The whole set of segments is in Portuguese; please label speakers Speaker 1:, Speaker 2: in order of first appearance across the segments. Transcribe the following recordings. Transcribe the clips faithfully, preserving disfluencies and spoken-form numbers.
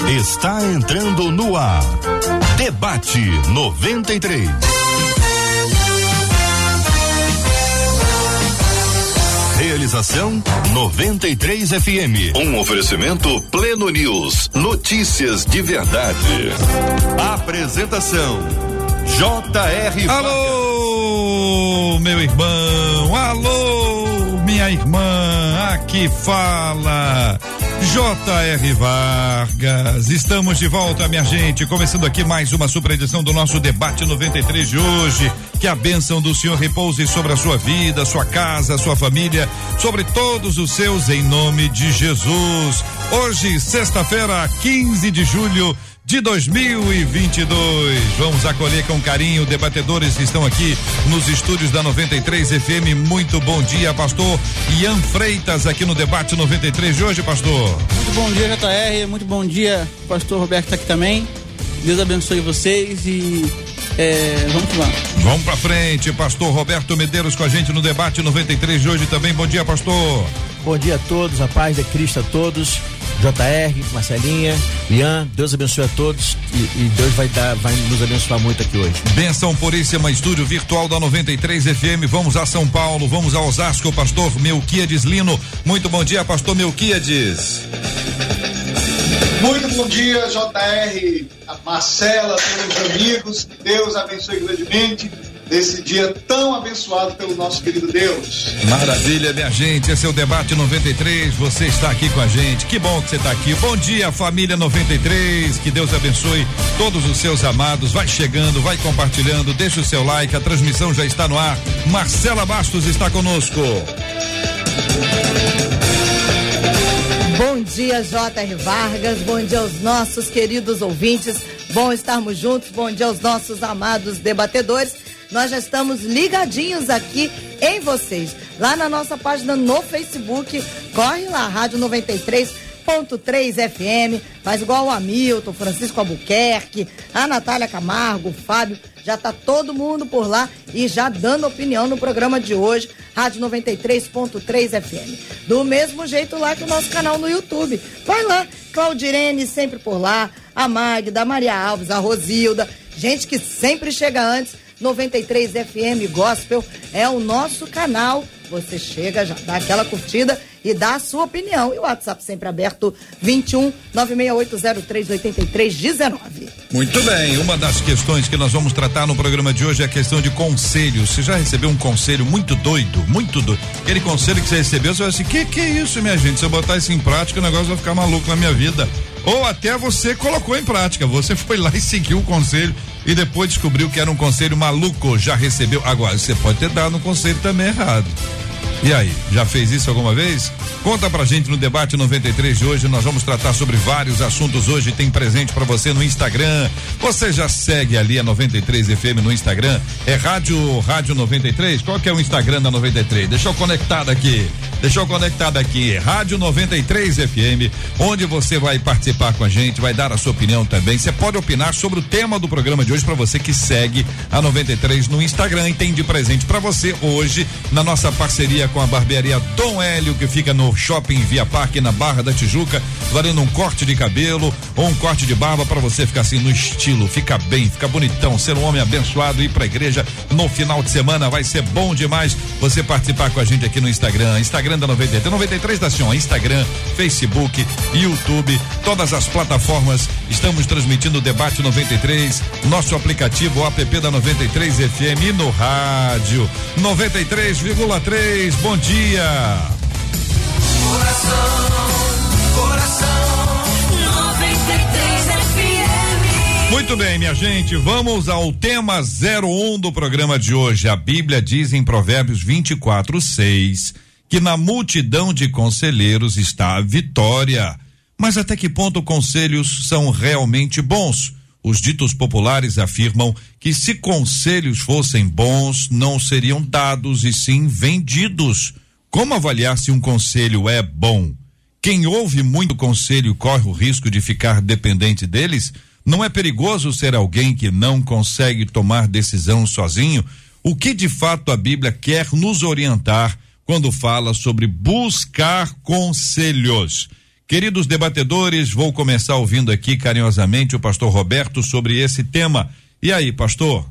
Speaker 1: Está entrando no ar. Debate noventa e três. Realização noventa e três F M. Um oferecimento Pleno News. Notícias de verdade. Apresentação J R.
Speaker 2: Alô, meu irmão. Alô, minha irmã. Aqui fala J R. Vargas. Estamos de volta, minha gente, começando aqui mais uma super edição do nosso Debate noventa e três de hoje. Que a bênção do Senhor repouse sobre a sua vida, sua casa, sua família, sobre todos os seus, em nome de Jesus. Hoje, sexta-feira, quinze de julho de dois mil e vinte e dois. Vamos acolher com carinho debatedores que estão aqui nos estúdios da noventa e três F M. Muito bom dia, pastor Ian Freitas, aqui no Debate noventa e três de hoje, pastor.
Speaker 3: Muito bom dia, J R. Muito bom dia, pastor Roberto está aqui também. Deus abençoe vocês e é, vamos lá.
Speaker 2: Vamos pra frente, pastor Roberto Medeiros com a gente no Debate noventa e três de hoje também. Bom dia, pastor.
Speaker 4: Bom dia a todos, a paz de Cristo a todos. J R, Marcelinha, Ian, Deus abençoe a todos e, e Deus vai dar, vai nos abençoar muito aqui hoje.
Speaker 2: Benção Puríssima, estúdio virtual da noventa e três F M. Vamos a São Paulo, vamos a Osasco, pastor Melquiades Lino. Muito bom dia, pastor Melquiades.
Speaker 5: Muito bom dia, J R, a Marcela, todos os amigos. Deus abençoe grandemente nesse dia tão abençoado pelo nosso querido Deus.
Speaker 2: Maravilha, minha gente, esse é o Debate noventa e três, você está aqui com a gente, que bom que você está aqui. Bom dia, família noventa e três, que Deus abençoe todos os seus amados. Vai chegando, vai compartilhando, deixa o seu like, a transmissão já está no ar. Marcela Bastos está conosco.
Speaker 6: Bom dia, J R. Vargas, bom dia aos nossos queridos ouvintes, bom estarmos juntos, bom dia aos nossos amados debatedores. Nós já estamos ligadinhos aqui em vocês, lá na nossa página no Facebook. Corre lá, Rádio noventa e três ponto três F M, faz igual o Hamilton, Francisco Albuquerque, a Natália Camargo, o Fábio, já tá todo mundo por lá e já dando opinião no programa de hoje, Rádio noventa e três ponto três F M. Do mesmo jeito lá que o nosso canal no YouTube. Vai lá, Claudirene sempre por lá, a Magda, a Maria Alves, a Rosilda, gente que sempre chega antes. noventa e três F M Gospel é o nosso canal. Você chega, já dá aquela curtida e dá a sua opinião. E o WhatsApp sempre aberto, vinte e um, nove seis oito zero três, oito três um nove.
Speaker 2: Muito bem, uma das questões que nós vamos tratar no programa de hoje é a questão de conselhos. Você já recebeu um conselho muito doido, muito doido? Aquele conselho que você recebeu, você vai assim, que que é isso, minha gente? Se eu botar isso em prática, o negócio vai ficar maluco na minha vida. Ou até você colocou em prática, você foi lá e seguiu o conselho e depois descobriu que era um conselho maluco, já recebeu. Agora, você pode ter dado um conselho também errado. E aí, já fez isso alguma vez? Conta pra gente no Debate noventa e três de hoje, nós vamos tratar sobre vários assuntos hoje, tem presente pra você no Instagram. Você já segue ali a noventa e três F M no Instagram? É Rádio, Rádio noventa e três? Qual que é o Instagram da noventa e três? Deixa eu conectado aqui. Deixa eu conectado aqui, Rádio noventa e três F M, onde você vai participar com a gente, vai dar a sua opinião também. Você pode opinar sobre o tema do programa de hoje para você que segue a noventa e três no Instagram e tem de presente para você hoje na nossa parceria com a barbearia Dom Hélio, que fica no Shopping Via Parque, na Barra da Tijuca, valendo um corte de cabelo ou um corte de barba para você ficar assim no estilo, fica bem, fica bonitão, ser um homem abençoado e ir pra igreja no final de semana, vai ser bom demais você participar com a gente aqui no Instagram, Instagram da noventa e três, noventa e três da Sion, Instagram, Facebook, YouTube, todas as plataformas, estamos transmitindo o Debate noventa e três, nosso aplicativo, o app da noventa e três F M e no rádio noventa e três vírgula três. Bom dia.
Speaker 7: Coração, coração, noventa e três F M.
Speaker 2: Muito bem, minha gente, vamos ao tema zero um do programa de hoje. A Bíblia diz em Provérbios vinte e quatro, seis, que na multidão de conselheiros está a vitória. Mas até que ponto conselhos são realmente bons? Os ditos populares afirmam que se conselhos fossem bons, não seriam dados e sim vendidos. Como avaliar se um conselho é bom? Quem ouve muito conselho corre o risco de ficar dependente deles? Não é perigoso ser alguém que não consegue tomar decisão sozinho? O que de fato a Bíblia quer nos orientar quando fala sobre buscar conselhos? Queridos debatedores, vou começar ouvindo aqui carinhosamente o pastor Roberto sobre esse tema. E aí, pastor?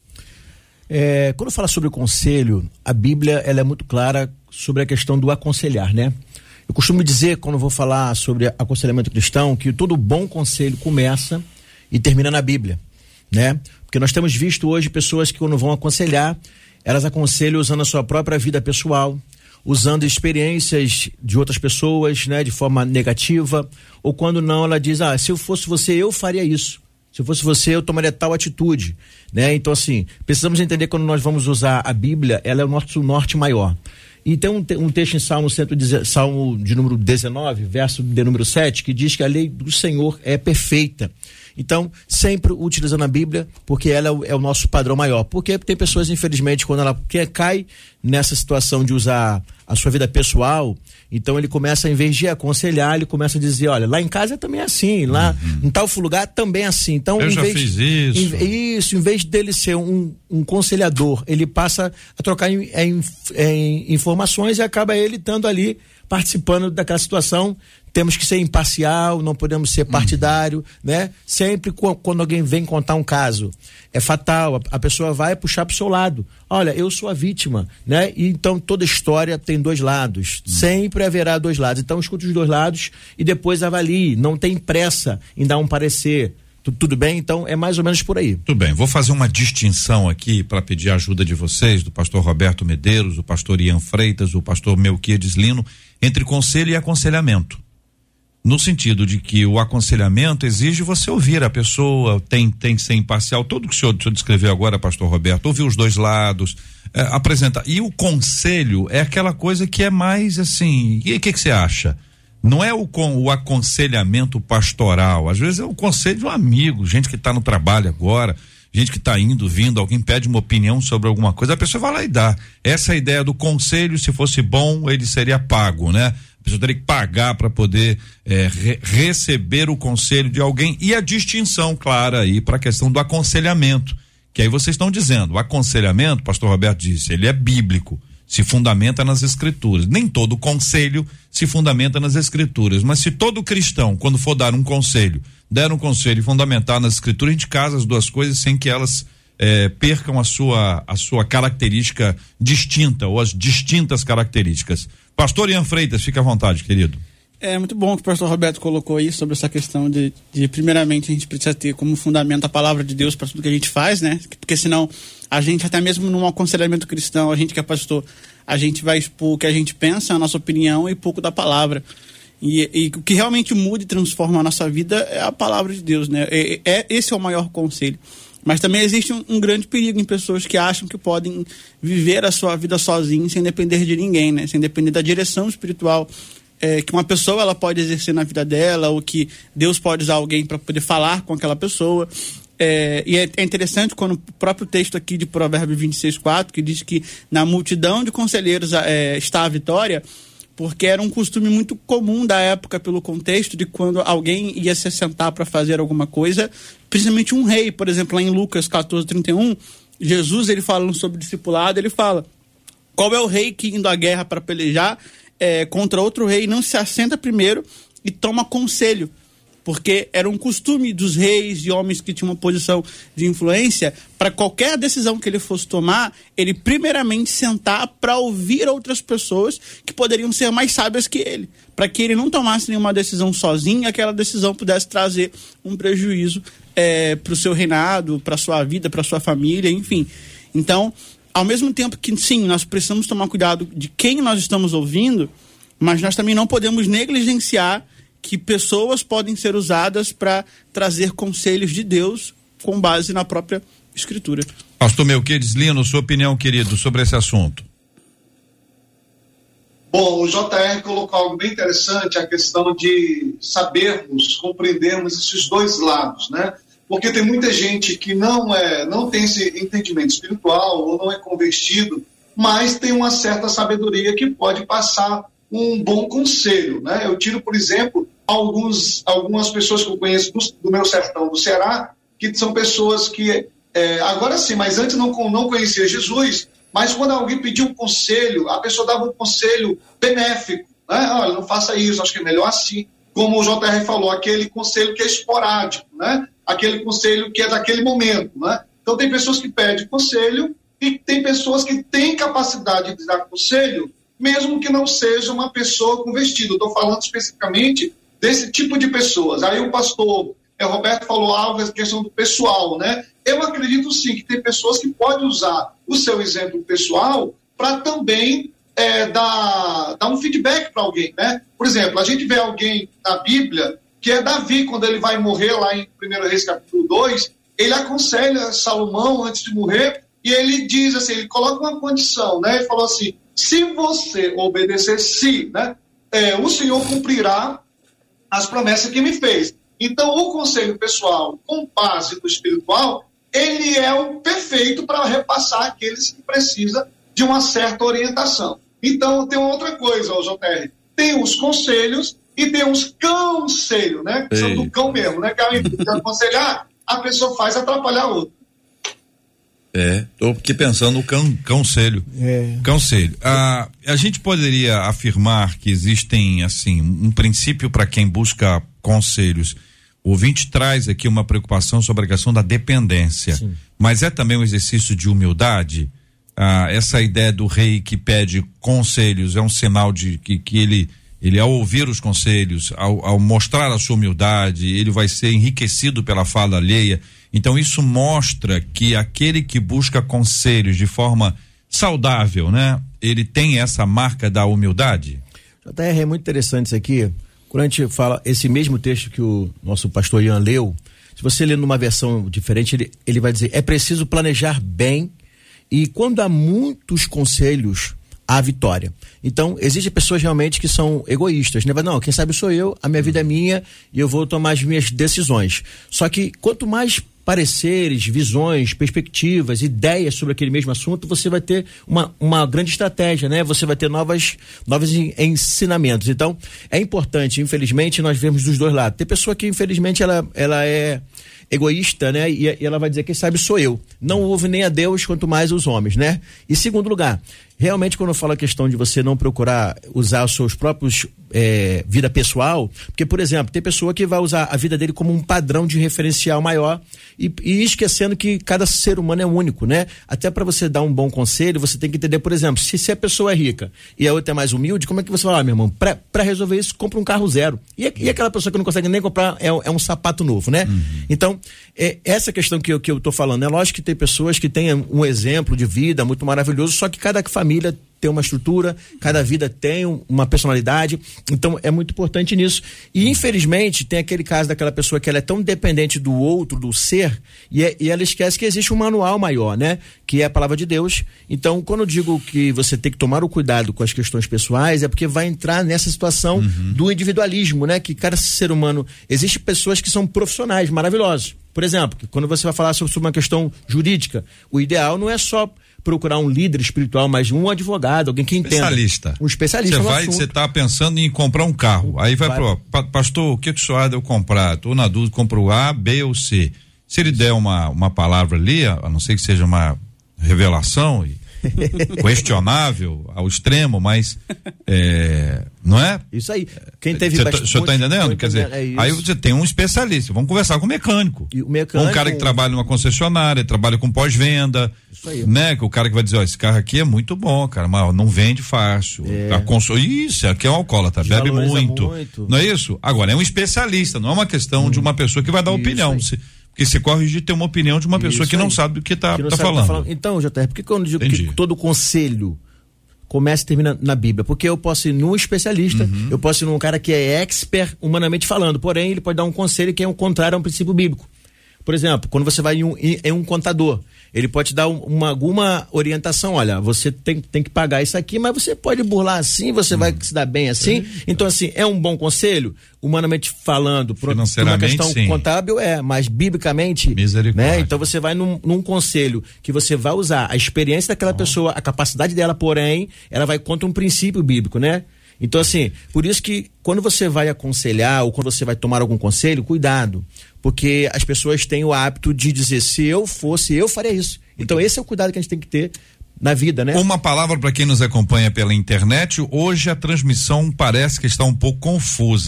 Speaker 4: É, quando fala sobre o conselho, a Bíblia ela é muito clara sobre a questão do aconselhar, né? Eu costumo dizer, quando vou falar sobre aconselhamento cristão, que todo bom conselho começa e termina na Bíblia, né? Porque nós temos visto hoje pessoas que, quando vão aconselhar, elas aconselham usando a sua própria vida pessoal, usando experiências de outras pessoas, né, de forma negativa, ou quando não, ela diz, ah, se eu fosse você, eu faria isso. Se eu fosse você, eu tomaria tal atitude, né? Então, assim, precisamos entender que quando nós vamos usar a Bíblia, ela é o nosso norte maior. E tem um, um texto em Salmo, cento, Salmo de número dezenove, verso de número sete, que diz que a lei do Senhor é perfeita. Então, sempre utilizando a Bíblia, porque ela é o, é o nosso padrão maior. Porque tem pessoas, infelizmente, quando ela quer, cai nessa situação de usar a sua vida pessoal, então ele começa, em vez de aconselhar, ele começa a dizer, olha, lá em casa também é assim, lá uhum. em tal lugar também é assim. Então,
Speaker 2: eu
Speaker 4: em
Speaker 2: já
Speaker 4: vez,
Speaker 2: fiz isso.
Speaker 4: Em, isso, em vez dele ser um, um conselhador, ele passa a trocar em, em, em informações e acaba ele estando ali participando daquela situação. Temos que ser imparcial, não podemos ser partidário, uhum. né? Sempre quando alguém vem contar um caso, é fatal, a, a pessoa vai puxar pro seu lado. Olha, eu sou a vítima, né? E então toda história tem dois lados, uhum. sempre haverá dois lados. Então escute os dois lados e depois avalie, não tem pressa em dar um parecer. Tudo bem? Então é mais ou menos por aí.
Speaker 2: Tudo bem, vou fazer uma distinção aqui para pedir a ajuda de vocês, do pastor Roberto Medeiros, o pastor Ian Freitas, o pastor Melquiades Lino, entre conselho e aconselhamento. No sentido de que o aconselhamento exige você ouvir a pessoa, tem, tem que ser imparcial, tudo que o senhor, o senhor descreveu agora, pastor Roberto, ouvir os dois lados, é, apresentar. E o conselho é aquela coisa que é mais assim, e o que que você acha? Não é o, com, o aconselhamento pastoral, às vezes é o conselho de um amigo, gente que está no trabalho agora, gente que está indo, vindo, alguém pede uma opinião sobre alguma coisa, a pessoa vai lá e dá. Essa é a ideia do conselho, se fosse bom, ele seria pago, né? A pessoa teria que pagar para poder é, re, receber o conselho de alguém, e a distinção clara aí para a questão do aconselhamento, que aí vocês estão dizendo, o aconselhamento, pastor Roberto disse, ele é bíblico, se fundamenta nas escrituras. Nem todo conselho se fundamenta nas escrituras, mas se todo cristão, quando for dar um conselho, der um conselho fundamental nas escrituras, a gente casa as duas coisas sem que elas eh, percam a sua, a sua característica distinta, ou as distintas características. Pastor Ian Freitas, fica à vontade, querido.
Speaker 3: É muito bom que o pastor Roberto colocou aí sobre essa questão de, de primeiramente, a gente precisa ter como fundamento a palavra de Deus para tudo que a gente faz, né? Porque senão a gente, até mesmo num aconselhamento cristão, a gente que é pastor, a gente vai expor o que a gente pensa, a nossa opinião e pouco da palavra. E, e o que realmente muda e transforma a nossa vida é a palavra de Deus, né? É, é, esse é o maior conselho. Mas também existe um, um grande perigo em pessoas que acham que podem viver a sua vida sozinhos, sem depender de ninguém, né? Sem depender da direção espiritual é, que uma pessoa ela pode exercer na vida dela, ou que Deus pode usar alguém para poder falar com aquela pessoa. É, e é, é interessante quando o próprio texto aqui de Provérbios vinte e seis, quatro, que diz que na multidão de conselheiros é, está a vitória, porque era um costume muito comum da época, pelo contexto de quando alguém ia se sentar para fazer alguma coisa, principalmente um rei. Por exemplo, lá em Lucas catorze, trinta e um, Jesus, ele falando sobre discipulado, ele fala, qual é o rei que indo à guerra para pelejar é, contra outro rei não se assenta primeiro e toma conselho? Porque era um costume dos reis e homens que tinham uma posição de influência, para qualquer decisão que ele fosse tomar, ele primeiramente sentar para ouvir outras pessoas que poderiam ser mais sábias que ele, para que ele não tomasse nenhuma decisão sozinho e aquela decisão pudesse trazer um prejuízo é, para o seu reinado, para a sua vida, para a sua família, enfim. Então, ao mesmo tempo que, sim, nós precisamos tomar cuidado de quem nós estamos ouvindo, mas nós também não podemos negligenciar que pessoas podem ser usadas para trazer conselhos de Deus com base na própria Escritura.
Speaker 2: Pastor Melquiades Lino, sua opinião, querido, sobre esse assunto.
Speaker 5: Bom, o J R colocou algo bem interessante, a questão de sabermos, compreendermos esses dois lados, né? Porque tem muita gente que não, é, não tem esse entendimento espiritual ou não é convertido, mas tem uma certa sabedoria que pode passar um bom conselho, né? Eu tiro, por exemplo, alguns, algumas pessoas que eu conheço do, do meu sertão do Ceará, que são pessoas que, é, agora sim, mas antes não, não conhecia Jesus, mas quando alguém pedia um conselho, a pessoa dava um conselho benéfico, né? Olha, não faça isso, acho que é melhor assim. como o J R falou, aquele conselho que é esporádico, né? Aquele conselho que é daquele momento, né? Então tem pessoas que pedem conselho e tem pessoas que têm capacidade de dar conselho, mesmo que não seja uma pessoa com vestido. Estou falando especificamente desse tipo de pessoas. Aí o pastor é, Roberto falou algo da questão do pessoal, né? Eu acredito sim que tem pessoas que podem usar o seu exemplo pessoal para também é, dar, dar um feedback para alguém, né? Por exemplo, a gente vê alguém na Bíblia, que é Davi, quando ele vai morrer lá em primeiro Reis capítulo dois, ele aconselha Salomão antes de morrer, e ele diz assim, ele coloca uma condição, né? Ele falou assim, se você obedecer, se, né? É, o Senhor cumprirá as promessas que me fez. Então, o conselho pessoal com base no espiritual, ele é o perfeito para repassar aqueles que precisam de uma certa orientação. Então, tem uma outra coisa, ó, J R, tem os conselhos e tem os conselhos, né? Que são do cão mesmo, né? Que ao invés de aconselhar, a pessoa faz atrapalhar a outra.
Speaker 2: É, tô aqui pensando no can, conselho.
Speaker 4: É.
Speaker 2: Conselho. A, a gente poderia afirmar que existem, assim, um princípio para quem busca conselhos. O ouvinte traz aqui uma preocupação sobre a questão da dependência. Sim. Mas é também um exercício de humildade. Ah, essa ideia do rei que pede conselhos é um sinal de que, que ele, ele, ao ouvir os conselhos, ao, ao mostrar a sua humildade, ele vai ser enriquecido pela fala alheia. Então isso mostra que aquele que busca conselhos de forma saudável, né? Ele tem essa marca da humildade.
Speaker 4: J R, é muito interessante isso aqui. Quando a gente fala esse mesmo texto que o nosso pastor Ian leu, se você ler numa versão diferente, ele, ele vai dizer, é preciso planejar bem e quando há muitos conselhos, há vitória. Então, existem pessoas realmente que são egoístas, né? Não, quem sabe sou eu, a minha vida é minha e eu vou tomar as minhas decisões. Só que quanto mais pareceres, visões, perspectivas, ideias sobre aquele mesmo assunto, você vai ter uma, uma grande estratégia, né? Você vai ter novas, novos ensinamentos. Então, é importante, infelizmente, nós vemos dos dois lados. Tem pessoa que, infelizmente, ela, ela é egoísta, né? E, e ela vai dizer, quem sabe sou eu. Não ouve nem a Deus, quanto mais os homens, né? E segundo lugar, realmente quando eu falo a questão de você não procurar usar os seus próprios é, vida pessoal, porque, por exemplo, tem pessoa que vai usar a vida dele como um padrão de referencial maior e, e esquecendo que cada ser humano é único, né? Até para você dar um bom conselho, você tem que entender, por exemplo, se, se a pessoa é rica e a outra é mais humilde, como é que você vai falar, ah, meu irmão, pra, pra resolver isso, compra um carro zero. E, e aquela pessoa que não consegue nem comprar é, é um sapato novo, né? Uhum. Então, é, essa questão que eu, que eu tô falando, é lógico que tem pessoas que têm um exemplo de vida muito maravilhoso, só que cada família tem uma estrutura, cada vida tem uma personalidade, então é muito importante nisso. E infelizmente tem aquele caso daquela pessoa que ela é tão dependente do outro, do ser, e, é, e ela esquece que existe um manual maior, né? Que é a palavra de Deus. Então, quando eu digo que você tem que tomar o cuidado com as questões pessoais, é porque vai entrar nessa situação uhum. do individualismo, né? Que cada ser humano, existem pessoas que são profissionais maravilhosos. Por exemplo, quando você vai falar sobre uma questão jurídica, o ideal não é só procurar um líder espiritual, mas um advogado, alguém que entenda.
Speaker 2: Especialista.
Speaker 4: Um especialista.
Speaker 2: Você vai, você está pensando em comprar um carro, aí vai, vai. pro, pa, pastor, o que que o senhor há de eu comprar? Estou na dúvida, compro o A, B ou C. Se ele der uma, uma palavra ali, a não ser que seja uma revelação e questionável ao extremo, mas é, não é?
Speaker 4: Isso aí. Quem teve
Speaker 2: Cê
Speaker 4: bastante,
Speaker 2: tá, o senhor está entendendo?
Speaker 4: Quer
Speaker 2: dizer,
Speaker 4: é
Speaker 2: aí você tem um especialista. Vamos conversar com o mecânico.
Speaker 4: E o mecânico.
Speaker 2: Um cara que trabalha numa concessionária, trabalha com pós-venda. Isso aí. Né? Que o cara que vai dizer, ó, esse carro aqui é muito bom, cara, mas não vende fácil. É. A conso... Isso, aqui é um alcoólatra, bebe muito. muito. Não é isso? Agora, é um especialista, não é uma questão hum. de uma pessoa que vai dar isso opinião. Você, porque você corre de ter uma opinião de uma pessoa isso que não aí. sabe do que está tá falando. Tá falando.
Speaker 4: Então, J R, por que quando eu digo Entendi. que todo conselho começa e termina na Bíblia? Porque eu posso ir num especialista, uhum. eu posso ir num cara que é expert humanamente falando, porém ele pode dar um conselho que é o contrário a um princípio bíblico. Por exemplo, quando você vai em um, em um contador, ele pode te dar uma, alguma orientação, olha, você tem, tem que pagar isso aqui, mas você pode burlar assim, você hum. vai se dar bem assim. Então, assim, é um bom conselho, humanamente falando, por uma questão sim. contábil, é, mas biblicamente, né? Então você vai num, num conselho que você vai usar a experiência daquela oh. pessoa, a capacidade dela, porém, ela vai contra um princípio bíblico, né? Então, assim, por isso que quando você vai aconselhar ou quando você vai tomar algum conselho, cuidado, porque as pessoas têm o hábito de dizer, se eu fosse, eu faria isso. Então, esse é o cuidado que a gente tem que ter na vida, né?
Speaker 2: Uma palavra para quem nos acompanha pela internet, hoje a transmissão parece que está um pouco confusa.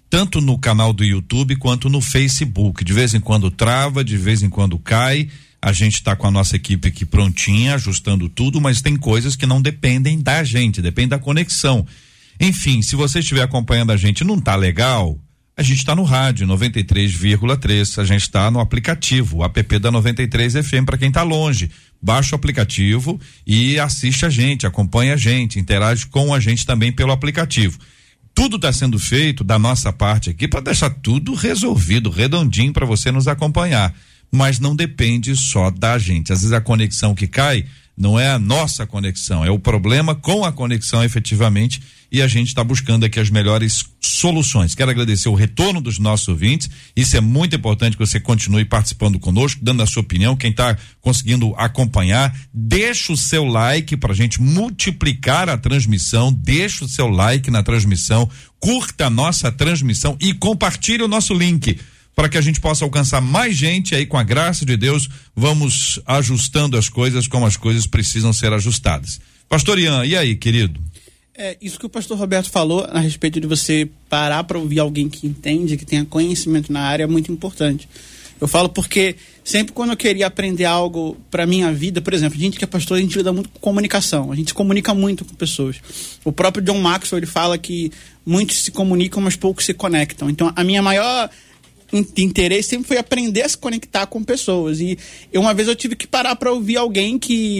Speaker 2: tanto no canal do YouTube quanto no Facebook. De vez em quando trava, de vez em quando cai. A gente está com a nossa equipe aqui prontinha, ajustando tudo, mas tem coisas que não dependem da gente, depende da conexão. Enfim, se você estiver acompanhando a gente e não tá legal, a gente está no rádio noventa e três vírgula três, a gente está no aplicativo, o app da noventa e três F M para quem está longe. Baixa o aplicativo e assiste a gente, acompanha a gente, interage com a gente também pelo aplicativo. Tudo está sendo feito da nossa parte aqui para deixar tudo resolvido, redondinho para você nos acompanhar. Mas não depende só da gente. Às vezes a conexão que cai não é a nossa conexão, é o problema com a conexão efetivamente, e a gente está buscando aqui as melhores soluções. Quero agradecer o retorno dos nossos ouvintes, isso é muito importante que você continue participando conosco, dando a sua opinião, quem está conseguindo acompanhar, deixa o seu like para a gente multiplicar a transmissão, deixa o seu like na transmissão, curta a nossa transmissão e compartilhe o nosso link, para que a gente possa alcançar mais gente aí, com a graça de Deus, vamos ajustando as coisas como as coisas precisam ser ajustadas. Pastor Ian, e aí, querido?
Speaker 3: É, isso que o pastor Roberto falou a respeito de você parar para ouvir alguém que entende, que tenha conhecimento na área, é muito importante. Eu falo porque sempre quando eu queria aprender algo para minha vida, por exemplo, a gente que é pastor, a gente lida muito com comunicação, a gente se comunica muito com pessoas. O próprio John Maxwell, ele fala que muitos se comunicam, mas poucos se conectam. Então, a minha maior interesse sempre foi aprender a se conectar com pessoas, e eu, uma vez eu tive que parar para ouvir alguém que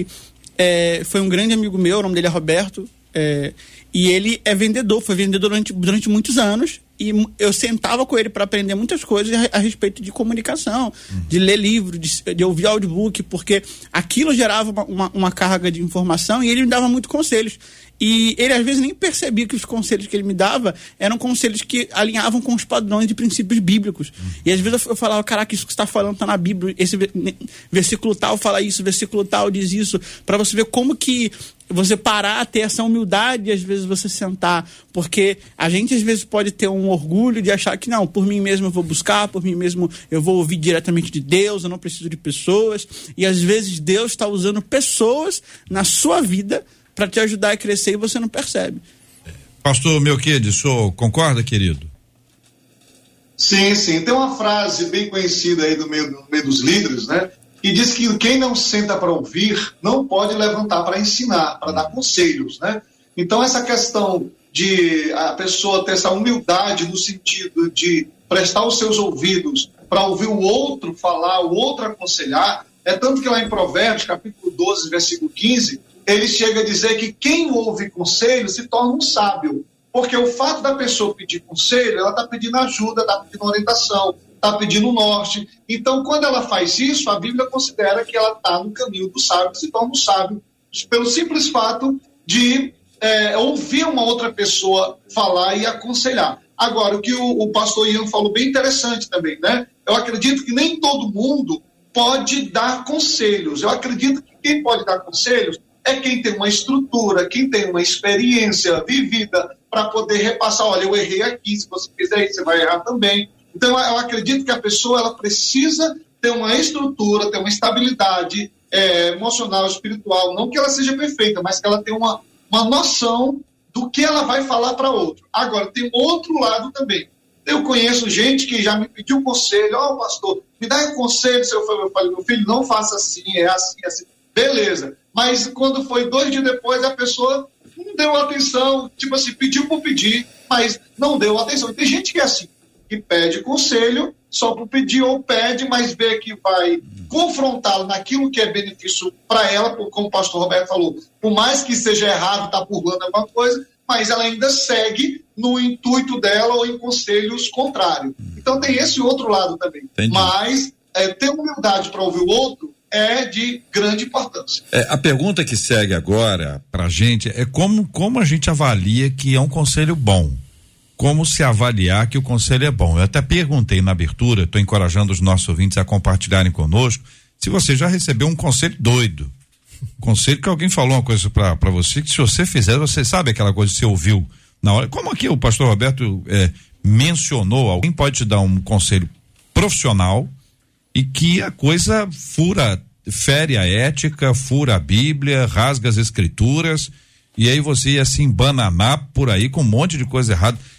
Speaker 3: é, foi um grande amigo meu, o nome dele é Roberto, é, e ele é vendedor, foi vendedor durante, durante muitos anos, e eu sentava com ele para aprender muitas coisas a, a respeito de comunicação, uhum. de ler livro, de, de ouvir audiobook, porque aquilo gerava uma, uma, uma carga de informação, e ele me dava muitos conselhos. E ele às vezes nem percebia que os conselhos que ele me dava eram conselhos que alinhavam com os padrões de princípios bíblicos. Uhum. E às vezes eu, eu falava, caraca, isso que você está falando está na Bíblia, esse versículo tal fala isso, versículo tal diz isso, para você ver como que você parar, ter essa humildade e às vezes você sentar, porque a gente às vezes pode ter um orgulho de achar que não, por mim mesmo eu vou buscar, por mim mesmo eu vou ouvir diretamente de Deus, eu não preciso de pessoas, e às vezes Deus está usando pessoas na sua vida para te ajudar a crescer e você não percebe.
Speaker 2: Pastor Melquiades, o senhor concorda, querido?
Speaker 5: Sim, sim. Tem uma frase bem conhecida aí do meio, do meio dos líderes, né? Que diz que quem não senta para ouvir não pode levantar para ensinar, para dar conselhos, né? Então essa questão de a pessoa ter essa humildade no sentido de prestar os seus ouvidos para ouvir o outro falar, o outro aconselhar, é tanto que lá em Provérbios, capítulo doze, versículo quinze, ele chega a dizer que quem ouve conselho se torna um sábio, porque o fato da pessoa pedir conselho, ela está pedindo ajuda, está pedindo orientação, está pedindo norte. Então, quando ela faz isso, a Bíblia considera que ela está no caminho do sábio, se torna um sábio, pelo simples fato de é, ouvir uma outra pessoa falar e aconselhar. Agora, o que o, o pastor Ian falou bem interessante também, né? Eu acredito que nem todo mundo pode dar conselhos. Eu acredito que quem pode dar conselhos é quem tem uma estrutura, quem tem uma experiência vivida para poder repassar, olha, eu errei aqui, se você fizer isso, você vai errar também. Então, eu acredito que a pessoa ela precisa ter uma estrutura, ter uma estabilidade é, emocional, espiritual, não que ela seja perfeita, mas que ela tenha uma, uma noção do que ela vai falar para outro. Agora, tem outro lado também. Eu conheço gente que já me pediu conselho, ó, oh, pastor, me dá um conselho, se eu falei, meu filho, não faça assim, é assim, é assim. Beleza. Mas quando foi dois dias depois, a pessoa não deu atenção, tipo assim, pediu por pedir, mas não deu atenção. Tem gente que é assim, que pede conselho só por pedir, ou pede, mas vê que vai confrontá-lo naquilo que é benefício para ela, como o pastor Roberto falou, por mais que seja errado, está burlando alguma coisa, mas ela ainda segue no intuito dela ou em conselhos contrários. Então tem esse outro lado também. Entendi. Mas é, ter humildade para ouvir o outro é de grande importância.
Speaker 2: É, a pergunta que segue agora pra gente é como, como a gente avalia que é um conselho bom. Como se avaliar que o conselho é bom. Eu até perguntei na abertura, estou encorajando os nossos ouvintes a compartilharem conosco, se você já recebeu um conselho doido. Conselho que alguém falou uma coisa pra, pra você, que se você fizer, você sabe aquela coisa que você ouviu na hora. Como aqui o pastor Roberto é, mencionou, alguém pode te dar um conselho profissional e que a coisa fura, fere a ética, fura a Bíblia, rasga as escrituras, e aí você ia se embananar por aí com um monte de coisa errada.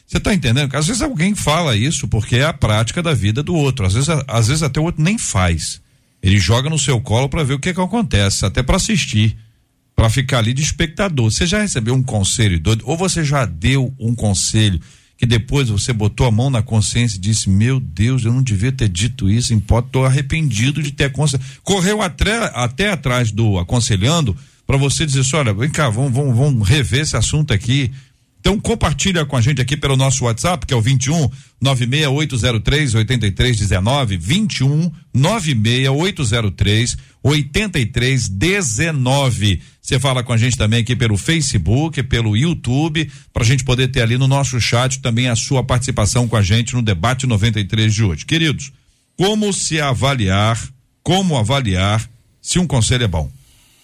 Speaker 2: Você tá entendendo? Às vezes alguém fala isso porque é a prática da vida do outro. Às vezes, às vezes até o outro nem faz. Ele joga no seu colo para ver o que que acontece, até para assistir, para ficar ali de espectador. Você já recebeu um conselho doido? Ou você já deu um conselho que depois você botou a mão na consciência e disse, meu Deus, eu não devia ter dito isso, em pó, tô arrependido de ter aconselhado. Correu até, até atrás do aconselhando para você dizer assim, olha, vem cá, vamos, vamos, vamos rever esse assunto aqui. Então compartilha com a gente aqui pelo nosso WhatsApp, que é o vinte e um, nove seis oito zero três, oito três um nove, vinte e um, nove seis oito zero três, oito três um nove. Você fala com a gente também aqui pelo Facebook, pelo YouTube, pra gente poder ter ali no nosso chat também a sua participação com a gente no debate noventa e três de hoje. Queridos, como se avaliar, como avaliar se um conselho é bom?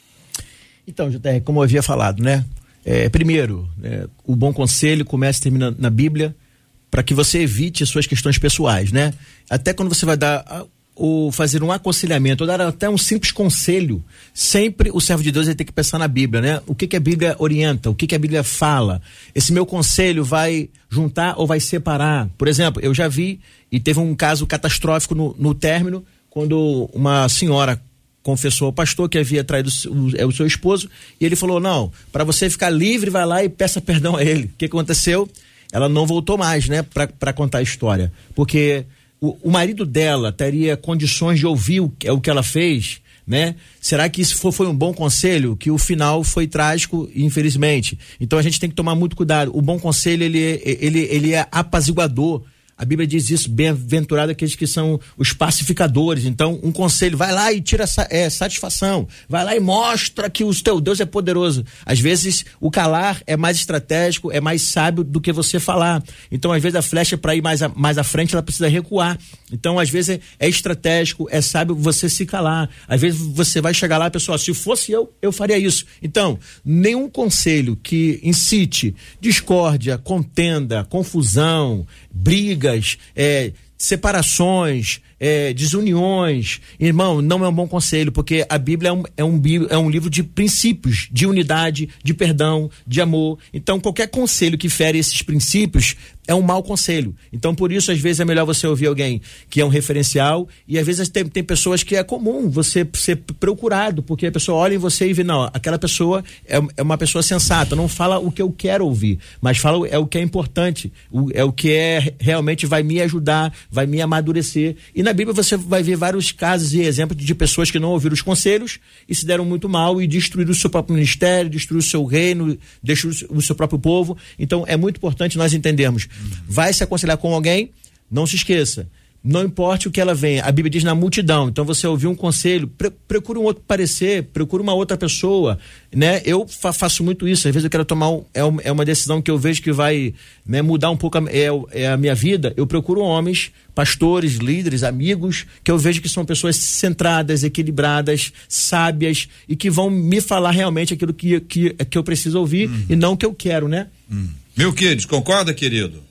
Speaker 4: Então, J R, como eu havia falado, né? É, primeiro, é, o bom conselho começa e termina na Bíblia, para que você evite suas questões pessoais, né? Até quando você vai dar ou fazer um aconselhamento, ou dar até um simples conselho, sempre o servo de Deus vai ter que pensar na Bíblia, né? O que que a Bíblia orienta, o que que a Bíblia fala? Esse meu conselho vai juntar ou vai separar? Por exemplo, eu já vi, e teve um caso catastrófico no, no término, quando uma senhora confessou ao pastor que havia traído o, o seu esposo, e ele falou, não, para você ficar livre, vai lá e peça perdão a ele. O que aconteceu? Ela não voltou mais, né, para contar a história, porque o, o marido dela teria condições de ouvir o, o que ela fez, né? Será que isso foi, foi um bom conselho? Que o final foi trágico, infelizmente. Então a gente tem que tomar muito cuidado. O bom conselho, ele, ele, ele é apaziguador. A Bíblia diz isso, bem-aventurado aqueles que são os pacificadores. Então, um conselho, vai lá e tira é, satisfação, vai lá e mostra que o teu Deus é poderoso. Às vezes, o calar é mais estratégico, é mais sábio do que você falar. Então, às vezes, a flecha, para ir mais, a, mais à frente, ela precisa recuar. Então, às vezes, é, é estratégico, é sábio você se calar. Às vezes, você vai chegar lá, pessoal, se fosse eu, eu faria isso. Então, nenhum conselho que incite discórdia, contenda, confusão, brigas, é, separações, é, desuniões, irmão, não é um bom conselho, porque a Bíblia é um, é, um, é um livro de princípios, de unidade, de perdão, de amor. Então, qualquer conselho que fere esses princípios é um mau conselho. Então, por isso, às vezes é melhor você ouvir alguém que é um referencial, e às vezes tem, tem pessoas que é comum você ser procurado, porque a pessoa olha em você e vê, não, aquela pessoa é, é uma pessoa sensata, não fala o que eu quero ouvir, mas fala é o que é importante, o, é o que é, realmente vai me ajudar, vai me amadurecer. E na Bíblia você vai ver vários casos e exemplos de pessoas que não ouviram os conselhos e se deram muito mal e destruíram o seu próprio ministério, destruíram o seu reino, destruíram o seu próprio povo. Então é muito importante nós entendermos. Vai se aconselhar com alguém, não se esqueça, não importe o que ela venha, a Bíblia diz na multidão. Então você ouviu um conselho, pre- procura um outro parecer, procura uma outra pessoa, né? Eu fa- faço muito isso, às vezes eu quero tomar um, é, um, é uma decisão que eu vejo que vai, né, mudar um pouco a, é, é a minha vida. Eu procuro homens, pastores, líderes, amigos, que eu vejo que são pessoas centradas, equilibradas, sábias e que vão me falar realmente aquilo que, que, que eu preciso ouvir hum. e não o que eu quero, né?
Speaker 2: Hum. Meu querido, concorda, querido?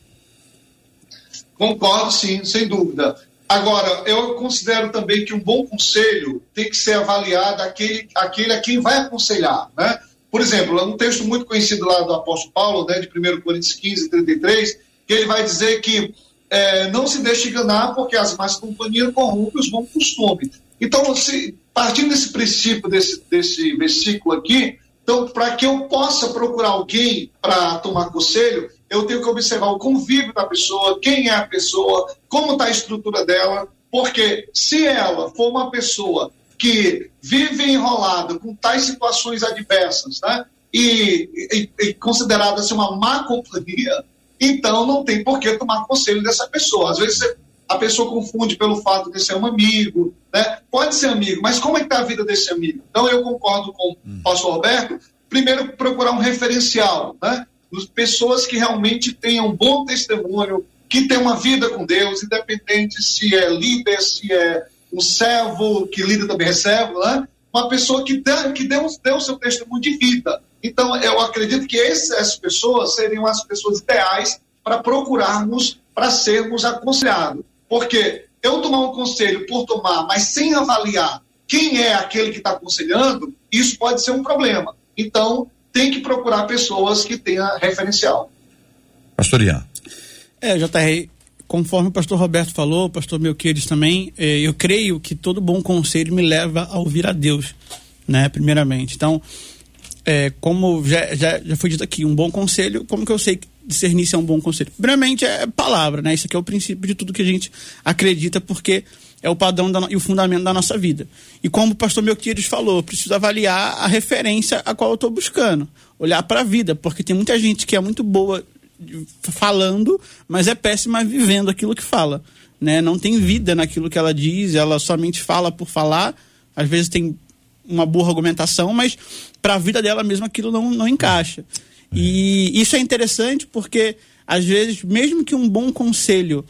Speaker 5: Concordo, sim, sem dúvida. Agora, eu considero também que um bom conselho tem que ser avaliado aquele, aquele a quem vai aconselhar, né? Por exemplo, é um texto muito conhecido lá do apóstolo Paulo, né, de primeira Coríntios quinze, trinta e três, que ele vai dizer que é, não se deixe enganar porque as más companhias corrompem os bons costumes. Então, se, partindo desse princípio, desse, desse versículo aqui, então, para que eu possa procurar alguém para tomar conselho, eu tenho que observar o convívio da pessoa, quem é a pessoa, como está a estrutura dela, porque se ela for uma pessoa que vive enrolada com tais situações adversas, né, e, e, e considerada ser uma má companhia, então não tem por que tomar conselho dessa pessoa. Às vezes a pessoa confunde pelo fato de ser um amigo, né? Pode ser amigo, mas como é que está a vida desse amigo? Então eu concordo com hum. o pastor Roberto, primeiro procurar um referencial, né? Pessoas que realmente tenham um bom testemunho, que tenham uma vida com Deus, independente se é líder, se é um servo, que líder também é servo, né? Uma pessoa que dê, que dê, um, dê o seu testemunho de vida. Então, eu acredito que essas pessoas seriam as pessoas ideais para procurarmos, para sermos aconselhados. Porque eu tomar um conselho por tomar, mas sem avaliar quem é aquele que está aconselhando, isso pode ser um problema. Então, tem que procurar pessoas que tenham referencial.
Speaker 2: Pastor Ian.
Speaker 3: É, J R, conforme o pastor Roberto falou, o pastor Melquiades também, eh, eu creio que todo bom conselho me leva a ouvir a Deus, né, primeiramente. Então, é, como já, já, já foi dito aqui, um bom conselho, como que eu sei discernir se é um bom conselho? Primeiramente é palavra, né? Isso aqui é o princípio de tudo que a gente acredita, porque é o padrão da, e o fundamento da nossa vida. E como o pastor Melquiades falou, eu preciso avaliar a referência a qual eu estou buscando, olhar para a vida, porque tem muita gente que é muito boa falando, mas é péssima vivendo aquilo que fala, né? Não tem vida naquilo que ela diz, ela somente fala por falar, às vezes tem uma boa argumentação, mas para a vida dela mesmo aquilo não, não encaixa. E isso é interessante porque, às vezes, mesmo que um bom conselho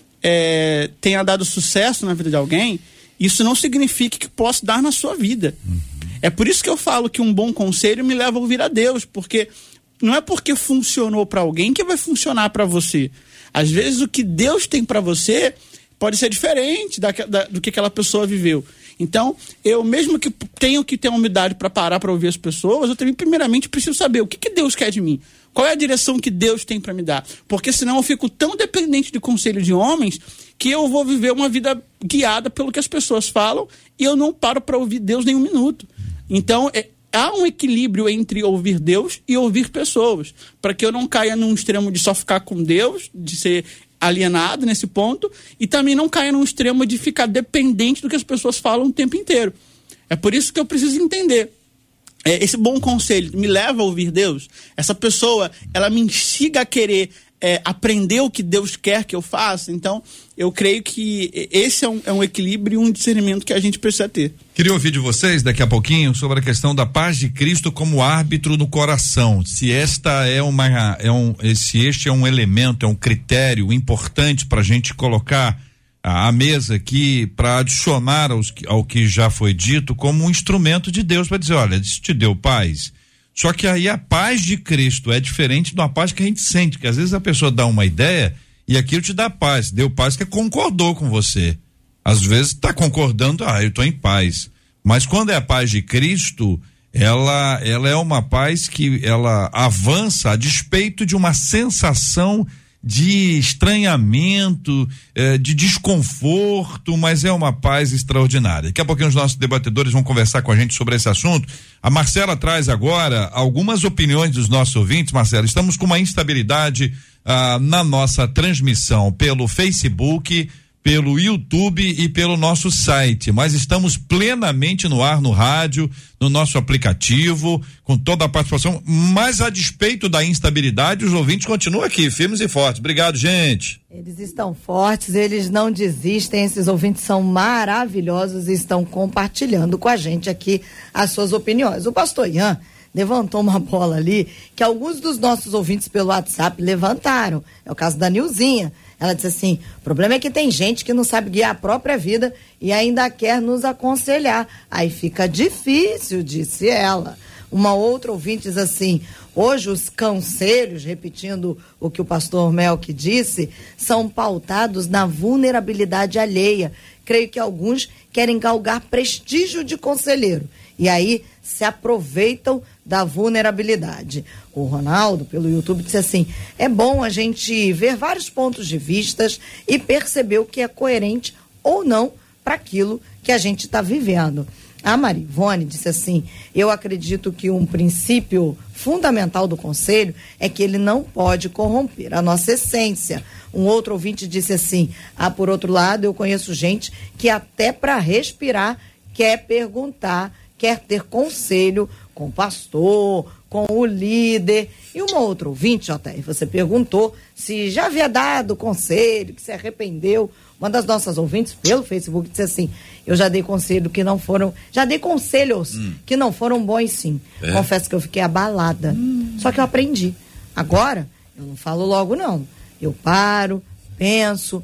Speaker 3: é, tenha dado sucesso na vida de alguém, isso não significa que possa dar na sua vida. Uhum. É por isso que eu falo que um bom conselho me leva a ouvir a Deus, porque não é porque funcionou para alguém que vai funcionar para você. Às vezes o que Deus tem para você pode ser diferente da, da, do que aquela pessoa viveu. Então, eu mesmo que tenho que ter a humildade para parar para ouvir as pessoas, eu também primeiramente preciso saber o que, que Deus quer de mim. Qual é a direção que Deus tem para me dar? Porque senão eu fico tão dependente de conselho de homens que eu vou viver uma vida guiada pelo que as pessoas falam e eu não paro para ouvir Deus nem um minuto. Então, é, há um equilíbrio entre ouvir Deus e ouvir pessoas, para que eu não caia num extremo de só ficar com Deus, de ser alienado nesse ponto, e também não caia num extremo de ficar dependente do que as pessoas falam o tempo inteiro. É por isso que eu preciso entender. É, esse bom conselho me leva a ouvir Deus? Essa pessoa, ela me instiga a querer é, aprender o que Deus quer que eu faça? Então, eu creio que esse é um, é um equilíbrio e um discernimento que a gente precisa ter.
Speaker 2: Queria ouvir de vocês daqui a pouquinho sobre a questão da paz de Cristo como árbitro no coração. Se esta é uma, é um, se este é um elemento, é um critério importante para a gente colocar a, a mesa aqui para adicionar aos, ao que já foi dito como um instrumento de Deus para dizer, olha, isso te deu paz. Só que aí a paz de Cristo é diferente da paz que a gente sente, que às vezes a pessoa dá uma ideia e aquilo te dá paz, deu paz que concordou com você. Às vezes está concordando, ah, eu estou em paz. Mas quando é a paz de Cristo, ela, ela é uma paz que ela avança a despeito de uma sensação de estranhamento, eh, de desconforto, mas é uma paz extraordinária. Daqui a pouquinho os nossos debatedores vão conversar com a gente sobre esse assunto. A Marcela traz agora algumas opiniões dos nossos ouvintes. Marcela, estamos com uma instabilidade ah, na nossa transmissão pelo Facebook, pelo YouTube e pelo nosso site, mas estamos plenamente no ar, no rádio, no nosso aplicativo, com toda a participação, mas a despeito da instabilidade, os ouvintes continuam aqui, firmes e fortes. Obrigado, gente.
Speaker 6: Eles estão fortes, eles não desistem, esses ouvintes são maravilhosos e estão compartilhando com a gente aqui as suas opiniões. O pastor Ian levantou uma bola ali que alguns dos nossos ouvintes pelo WhatsApp levantaram, é o caso da Nilzinha. Ela disse assim, o problema é que tem gente que não sabe guiar a própria vida e ainda quer nos aconselhar. Aí fica difícil, disse ela. Uma outra ouvinte diz assim, hoje os conselhos, repetindo o que o pastor Melk disse, são pautados na vulnerabilidade alheia. Creio que alguns querem galgar prestígio de conselheiro e aí se aproveitam da vulnerabilidade. O Ronaldo, pelo YouTube, disse assim, é bom a gente ver vários pontos de vistas e perceber o que é coerente ou não para aquilo que a gente está vivendo. A Marivone disse assim, eu acredito que um princípio fundamental do conselho é que ele não pode corromper a nossa essência. Um outro ouvinte disse assim, ah, por outro lado, eu conheço gente que até para respirar quer perguntar, quer ter conselho com o pastor, com o líder. E uma outra ouvinte, J R, você perguntou se já havia dado conselho, que se arrependeu. Uma das nossas ouvintes pelo Facebook disse assim, eu já dei conselho que não foram, já dei conselhos hum. que não foram bons sim. É. Confesso que eu fiquei abalada. Hum. Só que eu aprendi. Agora, eu não falo logo não. Eu paro, penso,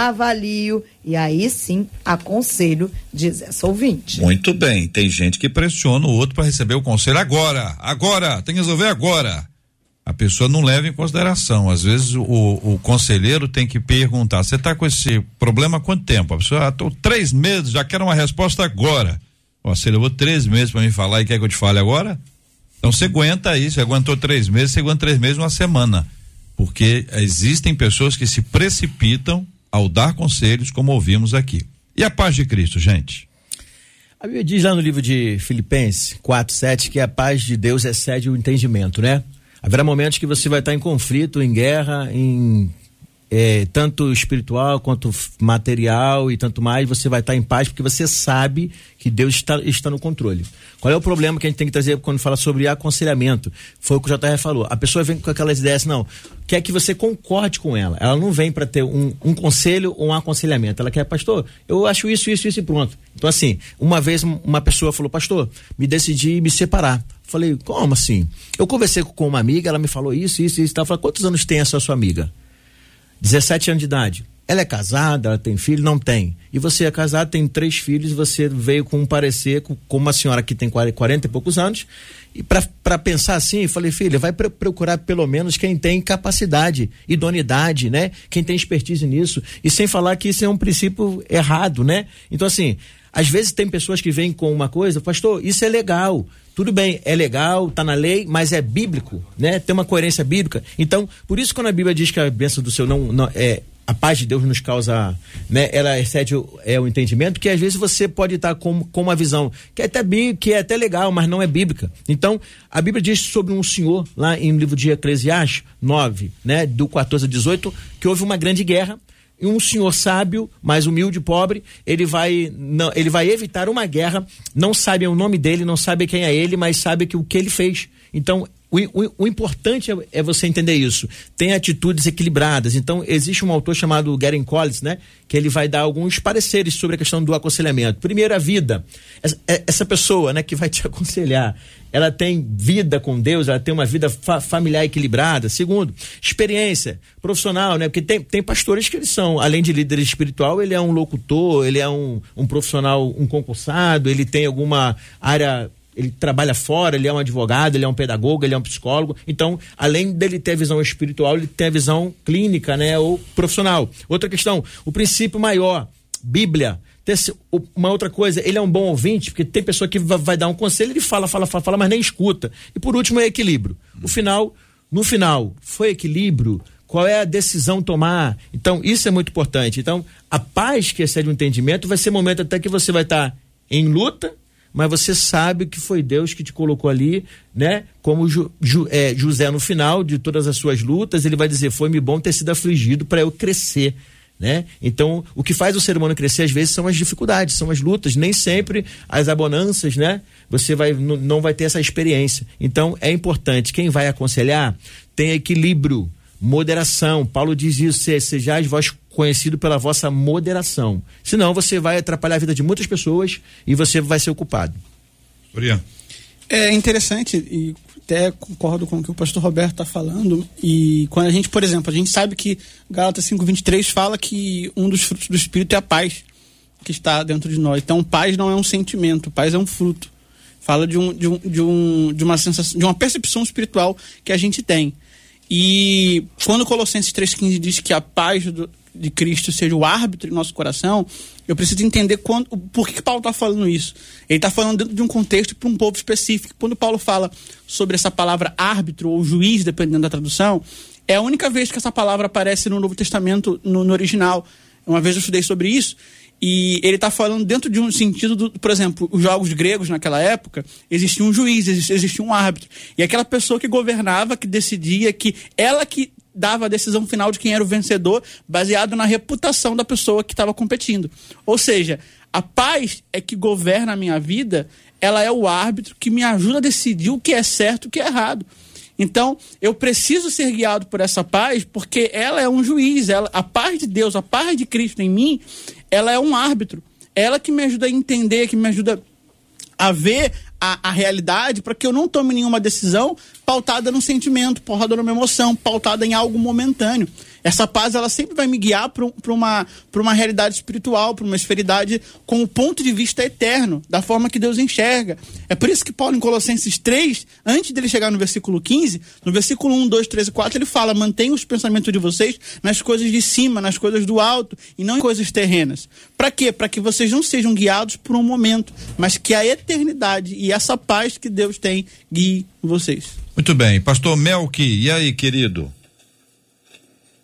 Speaker 6: avalio e aí sim aconselho, diz essa ouvinte.
Speaker 2: Muito bem, tem gente que pressiona o outro para receber o conselho agora, agora, tem que resolver agora. A pessoa não leva em consideração, às vezes o, o conselheiro tem que perguntar, você está com esse problema há quanto tempo? A pessoa, ah, tô três meses, já quero uma resposta agora. Você levou três meses para me falar e quer que eu te fale agora? Então você aguenta aí, você aguentou três meses, você aguenta três meses, uma semana. porque existem pessoas que se precipitam ao dar conselhos, como ouvimos aqui. E a paz de Cristo, gente?
Speaker 4: A Bíblia diz lá no livro de Filipenses quatro, sete que a paz de Deus excede o entendimento, né? Haverá momentos que você vai estar em conflito, em guerra, em é, tanto espiritual quanto material e tanto mais, você vai estar em paz porque você sabe que Deus está, está no controle. Qual é o problema que a gente tem que trazer quando fala sobre aconselhamento? Foi o que o J R falou. A pessoa vem com aquelas ideias, não, quer que você concorde com ela. Ela não vem para ter um, um conselho ou um aconselhamento. Ela quer, pastor, eu acho isso, isso, isso e pronto. Então assim, uma vez uma pessoa falou, pastor, me decidi me separar. Falei, como assim? Eu conversei com uma amiga, ela me falou isso, isso, isso. Ela falou, quantos anos tem essa sua amiga? dezessete anos de idade. Ela é casada, ela tem filho? Não tem. E você é casado, tem três filhos, você veio com um parecer com, com uma senhora que tem quarenta e poucos anos, e para pensar assim, eu falei, filha, vai pr- procurar pelo menos quem tem capacidade, idoneidade, né? Quem tem expertise nisso, e sem falar que isso é um princípio errado, né? Então assim, às vezes tem pessoas que vêm com uma coisa, pastor, isso é legal, tudo bem, é legal, tá na lei, mas é bíblico, né? Tem uma coerência bíblica. Então, por isso quando a Bíblia diz que a bênção do Senhor não, não é, a paz de Deus nos causa, né? Ela excede o, é, o entendimento, que às vezes você pode estar com, com uma visão que é, até bí, que é até legal, mas não é bíblica. Então, a Bíblia diz sobre um senhor, lá em livro de Eclesiastes nove, né? Do quatorze a dezoito, que houve uma grande guerra, e um senhor sábio, mais humilde, pobre, ele vai, não, ele vai evitar uma guerra, não sabe o nome dele, não sabe quem é ele, mas sabe que o que ele fez. Então, o, o, o importante é, é você entender isso. Tem atitudes equilibradas. Então, existe um autor chamado Gary Collins, né? Que ele vai dar alguns pareceres sobre a questão do aconselhamento. Primeiro, a vida. Essa, essa pessoa, né, que vai te aconselhar, ela tem vida com Deus, ela tem uma vida fa- familiar equilibrada. Segundo, experiência profissional, né? Porque tem, tem pastores que eles são, além de líder espiritual, ele é um locutor, ele é um, um profissional, um concursado, ele tem alguma área, ele trabalha fora, ele é um advogado, ele é um pedagogo, ele é um psicólogo. Então, além dele ter a visão espiritual, ele tem a visão clínica, né? Ou profissional. Outra questão, o princípio maior, Bíblia. Uma outra coisa, ele é um bom ouvinte, porque tem pessoa que vai dar um conselho, ele fala, fala, fala, fala, mas nem escuta. E por último é equilíbrio. O final, no final, foi equilíbrio? Qual é a decisão tomar? Então, isso é muito importante. Então, a paz que excede o entendimento vai ser momento até que você vai estar em luta, mas você sabe que foi Deus que te colocou ali, né? Como Ju, Ju, é, José no final de todas as suas lutas, ele vai dizer, foi-me bom ter sido afligido para eu crescer. Né? Então, o que faz o ser humano crescer às vezes são as dificuldades, são as lutas, nem sempre as abonanças, né? Você vai, n- não vai ter essa experiência. Então, é importante, quem vai aconselhar, tem equilíbrio, moderação. Paulo diz isso, se, sejais vós conhecido pela vossa moderação. Senão, você vai atrapalhar a vida de muitas pessoas e você vai ser ocupado.
Speaker 2: Orian.
Speaker 3: É interessante e até concordo com o que o pastor Roberto está falando. E quando a gente, por exemplo, a gente sabe que Gálatas cinco, vinte e três fala que um dos frutos do Espírito é a paz que está dentro de nós. Então, paz não é um sentimento, paz é um fruto. Fala de, um, de, um, de, um, de uma sensação, de uma percepção espiritual que a gente tem. E quando Colossenses três quinze diz que a paz do, de Cristo seja o árbitro em nosso coração, eu preciso entender quando, por que, que Paulo está falando isso. Ele está falando dentro de um contexto para um povo específico. Quando Paulo fala sobre essa palavra árbitro ou juiz, dependendo da tradução, é a única vez que essa palavra aparece no Novo Testamento, no, no original. Uma vez eu estudei sobre isso, e ele está falando dentro de um sentido, do, por exemplo, os jogos gregos naquela época, existia um juiz, existia, existia um árbitro. E aquela pessoa que governava, que decidia, que ela que dava a decisão final de quem era o vencedor, baseado na reputação da pessoa que estava competindo. Ou seja, a paz é que governa a minha vida, ela é o árbitro que me ajuda a decidir o que é certo e o que é errado. Então, eu preciso ser guiado por essa paz, porque ela é um juiz, ela, a paz de Deus, a paz de Cristo em mim, ela é um árbitro. Ela que me ajuda a entender, que me ajuda a ver a, a realidade, para que eu não tome nenhuma decisão pautada no sentimento, pautada numa emoção, pautada em algo momentâneo. Essa paz, ela sempre vai me guiar para uma, para uma realidade espiritual, para uma esferidade com o ponto de vista eterno, da forma que Deus enxerga. É por isso que Paulo, em Colossenses três, antes dele chegar no versículo quinze, no versículo um, dois, três e quatro, ele fala, mantenha os pensamentos de vocês nas coisas de cima, nas coisas do alto, e não em coisas terrenas. Para quê? Para que vocês não sejam guiados por um momento, mas que a eternidade e essa paz que Deus tem guie vocês.
Speaker 2: Muito bem. Pastor Melqui, e aí, querido?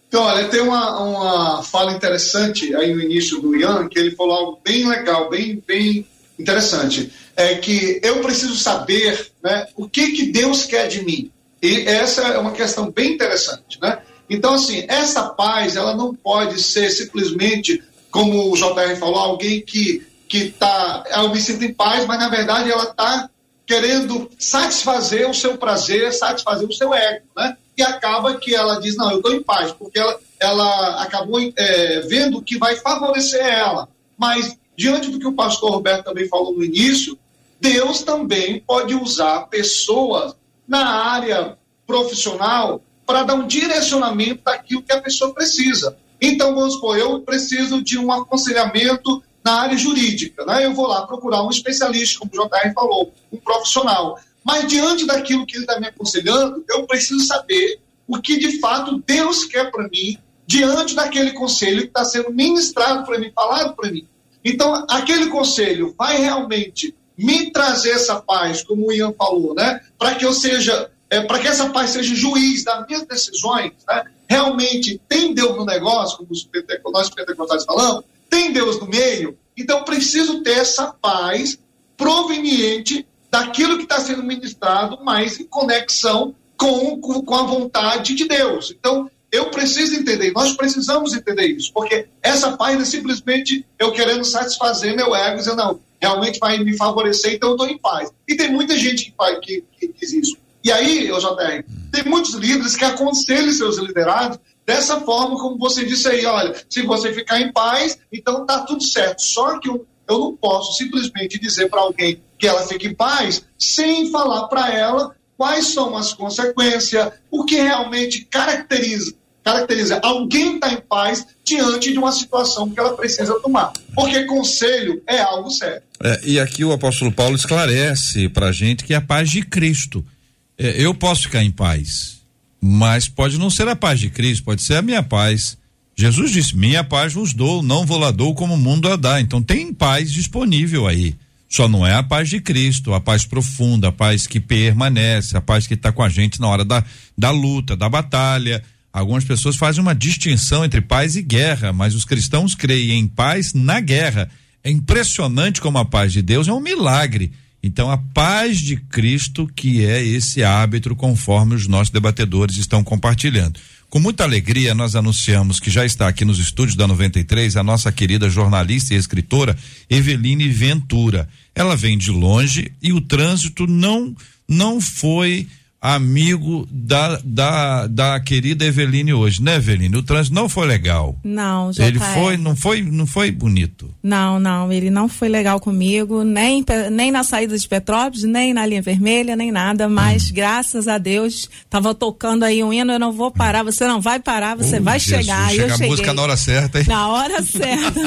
Speaker 5: Então, olha, tem uma, uma fala interessante aí no início do Ian, que ele falou algo bem legal, bem, bem interessante. É que eu preciso saber, né, o que, que Deus quer de mim. E essa é uma questão bem interessante, né? Então, assim, essa paz, ela não pode ser simplesmente, como o J R falou, alguém que que tá, eu me sinto em paz, mas na verdade ela está querendo satisfazer o seu prazer, satisfazer o seu ego, né? E acaba que ela diz, não, eu estou em paz, porque ela, ela acabou é, vendo que vai favorecer ela. Mas, diante do que o pastor Roberto também falou no início, Deus também pode usar pessoas na área profissional para dar um direcionamento daquilo que a pessoa precisa. Então, vamos supor, eu preciso de um aconselhamento na área jurídica, né? Eu vou lá procurar um especialista, como o J R falou, um profissional. Mas diante daquilo que ele está me aconselhando, eu preciso saber o que de fato Deus quer para mim, diante daquele conselho que está sendo ministrado para mim, falado para mim. Então, aquele conselho vai realmente me trazer essa paz, como o Ian falou, né? Para que eu seja, é, para que essa paz seja juiz das minhas decisões, né? Realmente tem Deus no negócio, como os nós pentecostais falamos, tem Deus no meio, então preciso ter essa paz proveniente daquilo que está sendo ministrado, mas em conexão com, com, com a vontade de Deus. Então, eu preciso entender, nós precisamos entender isso, porque essa paz não é simplesmente eu querendo satisfazer meu ego, dizendo, não, realmente vai me favorecer, então eu estou em paz. E tem muita gente que, faz, que, que diz isso. E aí, J R, tem muitos líderes que aconselham seus liderados dessa forma, como você disse aí, olha, se você ficar em paz, então tá tudo certo. Só que eu, eu não posso simplesmente dizer para alguém que ela fique em paz sem falar para ela quais são as consequências, o que realmente caracteriza, caracteriza alguém estar em paz diante de uma situação que ela precisa tomar. Porque conselho é algo sério.
Speaker 2: É, e aqui o apóstolo Paulo esclarece para a gente que é a paz de Cristo. É, eu posso ficar em paz, mas pode não ser a paz de Cristo, pode ser a minha paz. Jesus disse, minha paz vos dou, não vou lá dou como o mundo a dá. Então tem paz disponível aí. Só não é a paz de Cristo, a paz profunda, a paz que permanece, a paz que está com a gente na hora da, da luta, da batalha. Algumas pessoas fazem uma distinção entre paz e guerra, mas os cristãos creem em paz na guerra. É impressionante como a paz de Deus é um milagre. Então, a paz de Cristo que é esse árbitro, conforme os nossos debatedores estão compartilhando. Com muita alegria, nós anunciamos que já está aqui nos estúdios da noventa e três a nossa querida jornalista e escritora Eveline Ventura. Ela vem de longe e o trânsito não, não foi amigo da, da, da querida Eveline hoje, né, Eveline? O trânsito não foi legal.
Speaker 8: Não, já
Speaker 2: Ele foi, não foi, não foi bonito.
Speaker 8: Não, não, ele não foi legal comigo, nem, nem na saída de Petrópolis, nem na linha vermelha, nem nada, mas hum. graças a Deus, tava tocando aí um hino, eu não vou parar, você não vai parar, você oh, vai Jesus, chegar.
Speaker 2: Chega
Speaker 8: eu
Speaker 2: a
Speaker 8: cheguei.
Speaker 2: música na hora certa, hein?
Speaker 8: Na hora certa.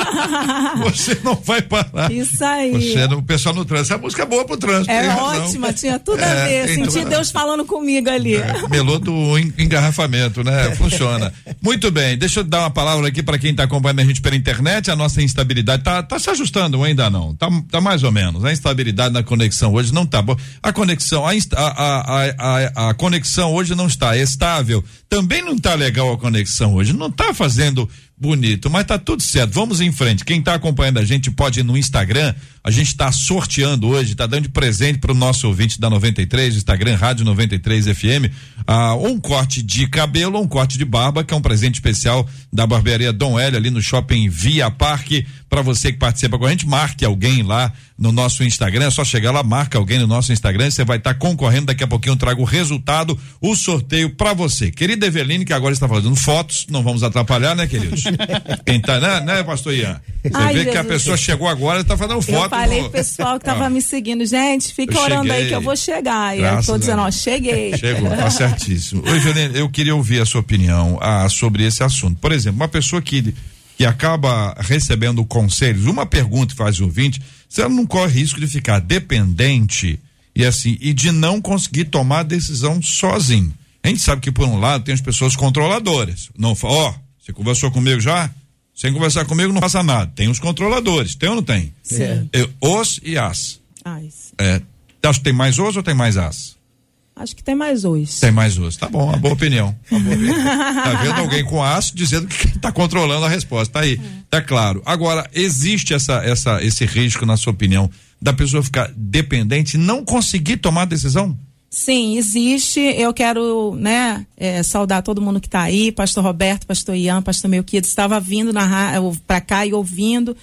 Speaker 2: Você não vai parar.
Speaker 8: Isso aí.
Speaker 2: Você não, o pessoal no trânsito, a música é boa pro trânsito.
Speaker 8: É ótima, tinha tudo a ver, é, senti então, Deus falando comigo ali.
Speaker 2: É, melô do engarrafamento, né? Funciona. Muito bem, deixa eu dar uma palavra aqui para quem está acompanhando a gente pela internet. A nossa instabilidade tá, tá se ajustando ou ainda não? Tá, tá mais ou menos. A instabilidade na conexão hoje não tá boa. A conexão, a, a, a, a, a conexão hoje não está estável. Também não tá legal a conexão hoje. Não tá fazendo bonito, mas tá tudo certo. Vamos em frente. Quem tá acompanhando a gente pode ir no Instagram. A gente tá sorteando hoje, tá dando de presente pro nosso ouvinte da noventa e três, Instagram, Rádio noventa e três F M, ah, um corte de cabelo ou um corte de barba, que é um presente especial da barbearia Dom Hélio, ali no shopping Via Parque. Para você que participa com a gente, marque alguém lá no nosso Instagram. É só chegar lá, marca alguém no nosso Instagram e você vai estar tá concorrendo. Daqui a pouquinho eu trago o resultado, o sorteio para você. Querida Eveline, que agora está fazendo fotos, não vamos atrapalhar, né, queridos? Quem tá, né, né, pastor Ian? Você
Speaker 8: Ai,
Speaker 2: vê
Speaker 8: Jesus.
Speaker 2: que a pessoa chegou agora e tá fazendo foto.
Speaker 8: Eu falei
Speaker 2: no...
Speaker 8: pro pessoal que tava ah. me seguindo, gente, fica
Speaker 2: eu
Speaker 8: orando
Speaker 2: cheguei.
Speaker 8: aí que eu vou chegar. E eu tô dizendo, ó, cheguei.
Speaker 2: Chegou, tá certíssimo. Oi, Eveline, eu queria ouvir a sua opinião ah, sobre esse assunto. Por exemplo, uma pessoa que que acaba recebendo conselhos, uma pergunta que faz o ouvinte, você não corre risco de ficar dependente e assim, e de não conseguir tomar a decisão sozinho. A gente sabe que por um lado tem as pessoas controladoras, não, ó, oh, você conversou comigo já? Sem conversar comigo não passa nada. Tem os controladores, tem ou não tem?
Speaker 8: Sim.
Speaker 2: É, os e as.
Speaker 8: As.
Speaker 2: É, acho que tem mais os ou tem mais as?
Speaker 8: Acho que tem mais osso.
Speaker 2: Tem mais osso. Tá bom, uma boa opinião. Uma boa opinião. Tá vendo alguém com aço dizendo que tá controlando a resposta. Tá aí, é. Tá claro. Agora, existe essa, essa, esse risco, na sua opinião, da pessoa ficar dependente e não conseguir tomar decisão?
Speaker 8: Sim, existe. Eu quero, né, é, saudar todo mundo que está aí, pastor Roberto, pastor Ian, pastor Melquiades, estava vindo para cá e ouvindo,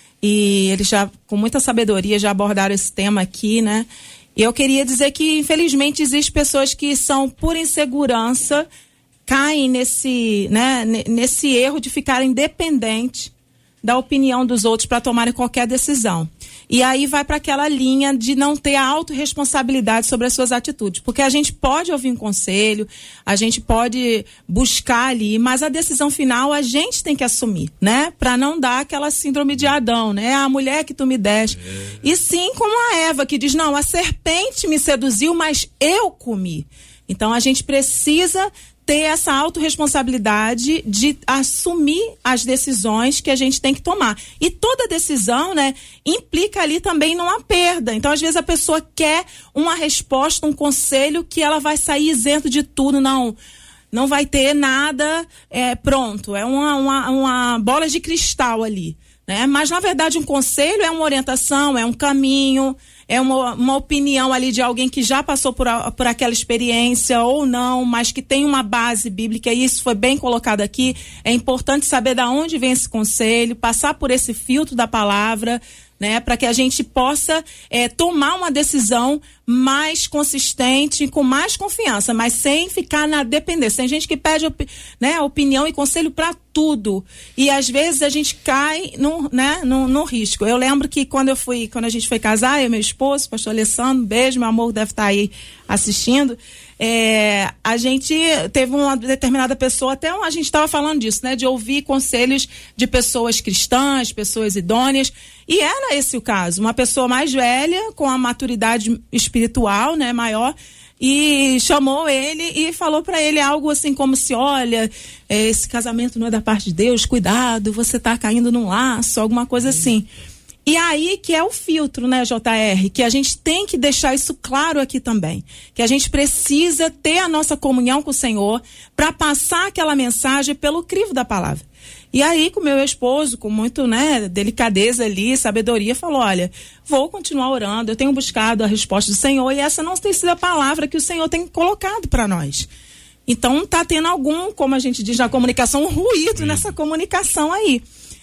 Speaker 8: e eles já, com muita sabedoria, já abordaram esse tema aqui, né? E eu queria dizer que, infelizmente, existem pessoas que são, por insegurança, caem nesse, né, nesse erro de ficarem dependentes da opinião dos outros para tomarem qualquer decisão. E aí vai para aquela linha de não ter a autorresponsabilidade sobre as suas atitudes. Porque a gente pode ouvir um conselho, a gente pode buscar ali, mas a decisão final a gente tem que assumir, né? Para não dar aquela síndrome de Adão, né? A mulher que tu me deste. É. E sim como a Eva, que diz, não, a serpente me seduziu, mas eu comi. Então a gente precisa ter essa autorresponsabilidade de assumir as decisões que a gente tem que tomar. E toda decisão, né, implica ali também numa perda. Então, às vezes, a pessoa quer uma resposta, um conselho que ela vai sair isento de tudo. Não, não vai ter nada é, pronto. É uma, uma, uma bola de cristal ali, né? Mas, na verdade, um conselho é uma orientação, é um caminho, é uma, uma opinião ali de alguém que já passou por, a, por aquela experiência ou não, mas que tem uma base bíblica, e isso foi bem colocado aqui. É importante saber de onde vem esse conselho, passar por esse filtro da palavra, né, para que a gente possa é, tomar uma decisão mais consistente, com mais confiança, mas sem ficar na dependência. Tem gente que pede opi- né, opinião e conselho para tudo, e às vezes a gente cai no, né, no, no risco. Eu lembro que quando eu fui, quando a gente foi casar, eu e meu esposo, pastor Alessandro, beijo, meu amor, deve estar aí assistindo. É, a gente teve uma determinada pessoa, até a gente estava falando disso, né? De ouvir conselhos de pessoas cristãs, pessoas idôneas, e era esse o caso, uma pessoa mais velha, com a maturidade espiritual, né, maior, e chamou ele e falou para ele algo assim como se, olha, esse casamento não é da parte de Deus, cuidado, você tá caindo num laço, alguma coisa assim. E aí que é o filtro, né, J R, que a gente tem que deixar isso claro aqui também, que a gente precisa ter a nossa comunhão com o Senhor para passar aquela mensagem pelo crivo da palavra. E aí, com meu esposo, com muito, né, delicadeza ali, sabedoria, falou, olha, vou continuar orando, eu tenho buscado a resposta do Senhor, e essa não tem sido a palavra que o Senhor tem colocado para nós. Então, tá tendo algum, como a gente diz na comunicação, um ruído Sim. nessa comunicação aí.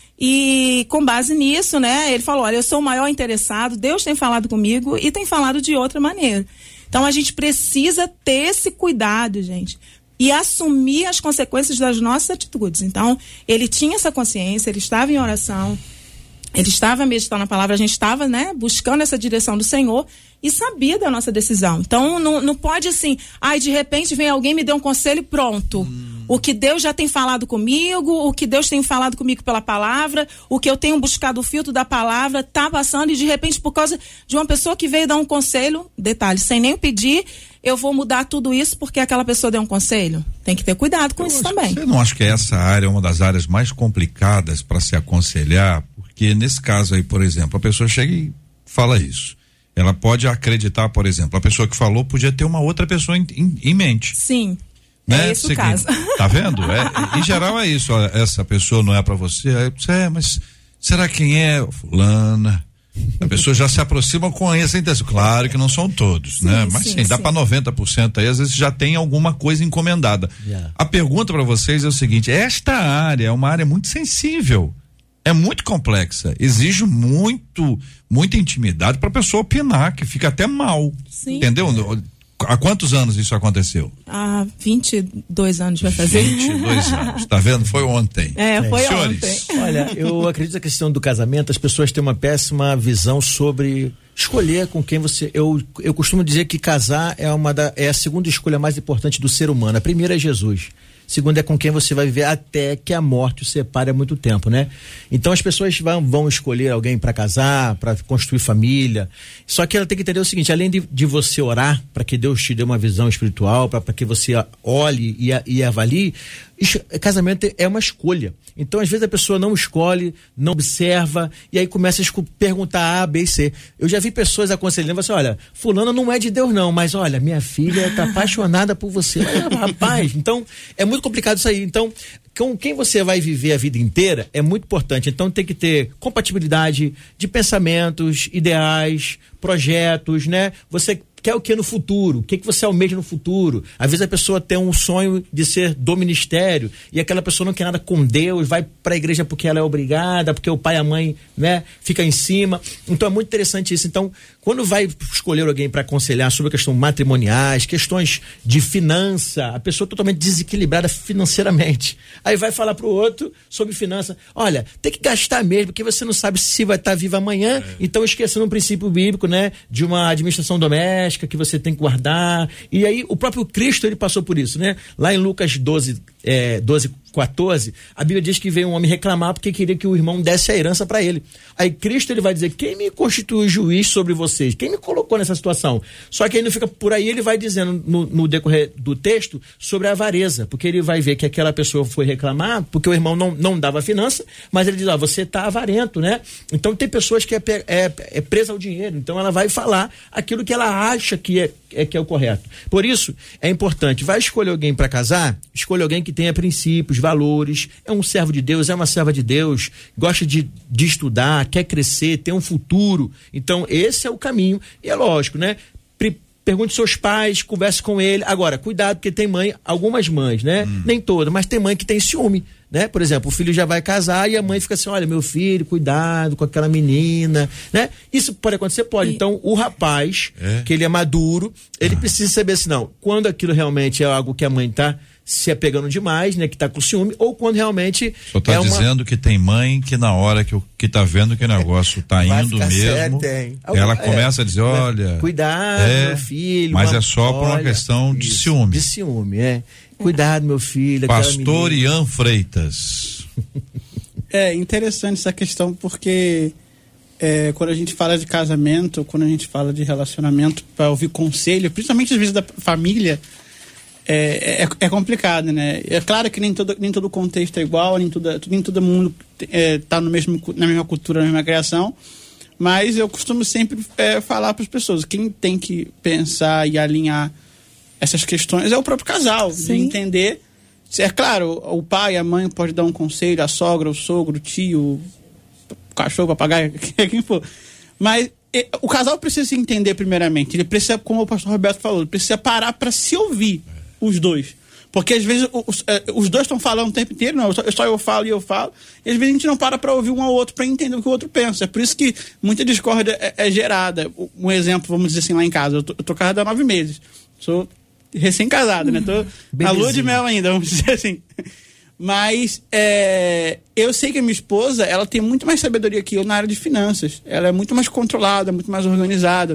Speaker 8: E com base nisso, né, ele falou, olha, eu sou o maior interessado, Deus tem falado comigo e tem falado de outra maneira. Então a gente precisa ter esse cuidado, gente, e assumir as consequências das nossas atitudes. Então, ele tinha essa consciência, ele estava em oração, ele estava meditando na palavra, a gente estava, né, buscando essa direção do Senhor e sabia da nossa decisão. Então, não, não pode assim, ai, de repente vem alguém me deu um conselho e pronto. Hum. O que Deus já tem falado comigo, o que Deus tem falado comigo pela palavra, o que eu tenho buscado o filtro da palavra, tá passando, e de repente, por causa de uma pessoa que veio dar um conselho, detalhe, sem nem pedir, eu vou mudar tudo isso porque aquela pessoa deu um conselho. Tem que ter cuidado com eu isso também.
Speaker 2: Você não acha que essa área é uma das áreas mais complicadas para se aconselhar? Porque nesse caso aí, por exemplo, a pessoa chega e fala isso. Ela pode acreditar, por exemplo, a pessoa que falou podia ter uma outra pessoa em, em, em mente.
Speaker 8: Sim.
Speaker 2: Né?
Speaker 8: É esse o caso.
Speaker 2: Tá vendo? É, em geral é isso, ó, essa pessoa não é para você, aí você, é, mas será quem é? Fulana. A pessoa já se aproxima com essa intenção. Claro que não são todos, sim, né? Mas sim, sim dá para noventa por cento aí, às vezes já tem alguma coisa encomendada. Yeah. A pergunta para vocês é o seguinte, esta área é uma área muito sensível, é muito complexa, exige muito, muita intimidade para a pessoa opinar, que fica até mal, sim. Entendeu? É. Há quantos anos isso aconteceu?
Speaker 8: Há vinte e dois anos vai fazer.
Speaker 2: vinte e dois anos, tá vendo? Foi ontem.
Speaker 8: É, foi
Speaker 2: Senhores.
Speaker 8: ontem.
Speaker 4: Olha, eu acredito que a questão do casamento, as pessoas têm uma péssima visão sobre escolher com quem você... Eu, eu costumo dizer que casar é, uma da, é a segunda escolha mais importante do ser humano. A primeira é Jesus. segundo é com quem você vai viver até que a morte o separe há muito tempo, né? Então as pessoas vão, vão escolher alguém para casar, para construir família, só que ela tem que entender o seguinte, além de, de você orar para que Deus te dê uma visão espiritual, para que você olhe e, e avalie, casamento é uma escolha. Então, às vezes, a pessoa não escolhe, não observa, e aí começa a perguntar A, B e C. Eu já vi pessoas aconselhando, assim, olha, fulano não é de Deus não, mas olha, minha filha está apaixonada por você. Olha, rapaz, então, é muito complicado isso aí. Então, com quem você vai viver a vida inteira é muito importante. Então, tem que ter compatibilidade de pensamentos, ideais, projetos, né? Você quer o que no futuro? O que, que você almeja no futuro? Às vezes a pessoa tem um sonho de ser do ministério e aquela pessoa não quer nada com Deus, vai para a igreja porque ela é obrigada, porque o pai e a mãe, né, fica em cima. Então é muito interessante isso. Então, quando vai escolher alguém para aconselhar sobre a questão matrimoniais, questões de finança, a pessoa totalmente desequilibrada financeiramente. Aí vai falar pro outro sobre finança. Olha, tem que gastar mesmo, porque você não sabe se vai estar vivo amanhã. É. Então, esquecendo um princípio bíblico, né, de uma administração doméstica que você tem que guardar. E aí o próprio Cristo, ele passou por isso, né? Lá em Lucas doze, é, doze, quatorze, a Bíblia diz que veio um homem reclamar porque queria que o irmão desse a herança para ele. Aí Cristo, ele vai dizer, quem me constitui juiz sobre vocês? Quem me colocou nessa situação? Só que aí não fica por aí, ele vai dizendo no, no decorrer do texto sobre a avareza, porque ele vai ver que aquela pessoa foi reclamar porque o irmão não, não dava finança, mas ele diz, ó, você tá avarento, né? Então tem pessoas que é, é, é presa ao dinheiro, então ela vai falar aquilo que ela acha que é, é, que é o correto. Por isso, é importante, vai escolher alguém para casar, escolha alguém que tenha princípios, valores, é um servo de Deus, é uma serva de Deus, gosta de, de estudar, quer crescer, tem um futuro. Então, esse é o caminho. E é lógico, né? Pergunte seus pais, converse com ele. Agora, cuidado, porque tem mãe, algumas mães, né? Hum. Nem todas, mas tem mãe que tem ciúme, né? Por exemplo, o filho já vai casar e a mãe fica assim, olha, meu filho, cuidado com aquela menina, né? Isso pode acontecer? Pode. E... Então, o rapaz, é. que ele é maduro, ele ah. precisa saber assim, não, quando aquilo realmente é algo que a mãe tá se apegando demais, né, que tá com ciúme, ou quando realmente
Speaker 2: só tá
Speaker 4: é uma...
Speaker 2: dizendo que tem mãe que na hora que, que tá vendo que o negócio tá indo mesmo, certo, tem. ela começa é, a dizer, olha,
Speaker 4: cuidado, é, meu filho,
Speaker 2: mas é só por uma questão de
Speaker 4: isso,
Speaker 2: ciúme.
Speaker 4: De ciúme, é. Cuidado, meu filho.
Speaker 2: Pastor Ian Freitas.
Speaker 3: É interessante essa questão porque é, quando a gente fala de casamento, quando a gente fala de relacionamento, para ouvir conselho, principalmente às vezes da família, É, é, é complicado, né? É claro que nem todo, nem todo contexto é igual, nem todo, nem todo mundo está é, no mesmo, na mesma cultura, na mesma criação, mas eu costumo sempre é, falar para as pessoas, quem tem que pensar e alinhar essas questões é o próprio casal, Sim. de entender. É claro, o pai, a mãe pode dar um conselho, a sogra, o sogro, o tio, o cachorro, o papagaio, quem for, mas o casal precisa se entender primeiramente, ele precisa, como o pastor Roberto falou, ele precisa parar para se ouvir. Os dois. Porque às vezes os, os dois estão falando o tempo inteiro, não, só eu falo e eu falo, e às vezes a gente não para para ouvir um ao outro, para entender o que o outro pensa. É por isso que muita discórdia é, é gerada. Um exemplo, vamos dizer assim, lá em casa, eu tô, eu tô casado há nove meses, sou recém-casado, né? Tô na lua de mel ainda, vamos dizer assim. Mas é, eu sei que a minha esposa, ela tem muito mais sabedoria que eu na área de finanças. Ela é muito mais controlada, muito mais organizada.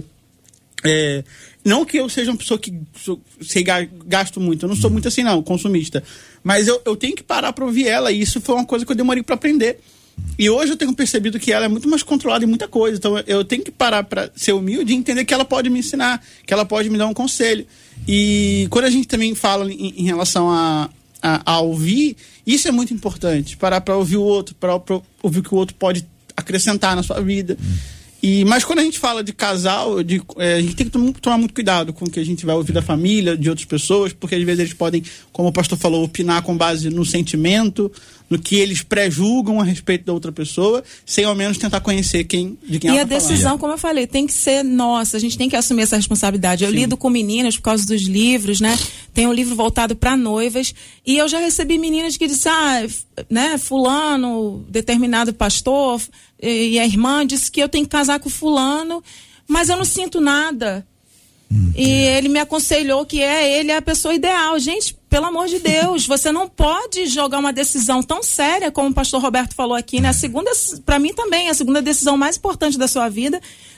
Speaker 3: É, não que eu seja uma pessoa que sou, sei, gasto muito, eu não sou muito assim não, consumista, mas eu, eu tenho que parar para ouvir ela, e isso foi uma coisa que eu demorei para aprender, e hoje eu tenho percebido que ela é muito mais controlada em muita coisa, então eu tenho que parar para ser humilde e entender que ela pode me ensinar, que ela pode me dar um conselho. E quando a gente também fala em, em relação a, a, a ouvir, isso é muito importante, parar para ouvir o outro, para ouvir o que o outro pode acrescentar na sua vida. E, mas quando a gente fala de casal, de, é, a gente tem que tom, tomar muito cuidado com o que a gente vai ouvir da família, de outras pessoas, porque às vezes eles podem, como o pastor falou, opinar com base no sentimento, no que eles pré-julgam a respeito da outra pessoa, sem ao menos tentar conhecer quem, de quem
Speaker 8: e
Speaker 3: ela
Speaker 8: a decisão,
Speaker 3: falando.
Speaker 8: Como eu falei, tem que ser nossa, a gente tem que assumir essa responsabilidade. Eu Sim. lido com meninas por causa dos livros, né? Tem um livro voltado para noivas, e eu já recebi meninas que disseram, ah, né, fulano, determinado pastor, e a irmã disse que eu tenho que casar com fulano, mas eu não sinto nada. Hum, e é. ele me aconselhou que é ele é a pessoa ideal. Gente, pelo amor de Deus, você não pode jogar uma decisão tão séria como o pastor Roberto falou aqui, né? A segunda, para mim também, a segunda decisão mais importante da sua vida,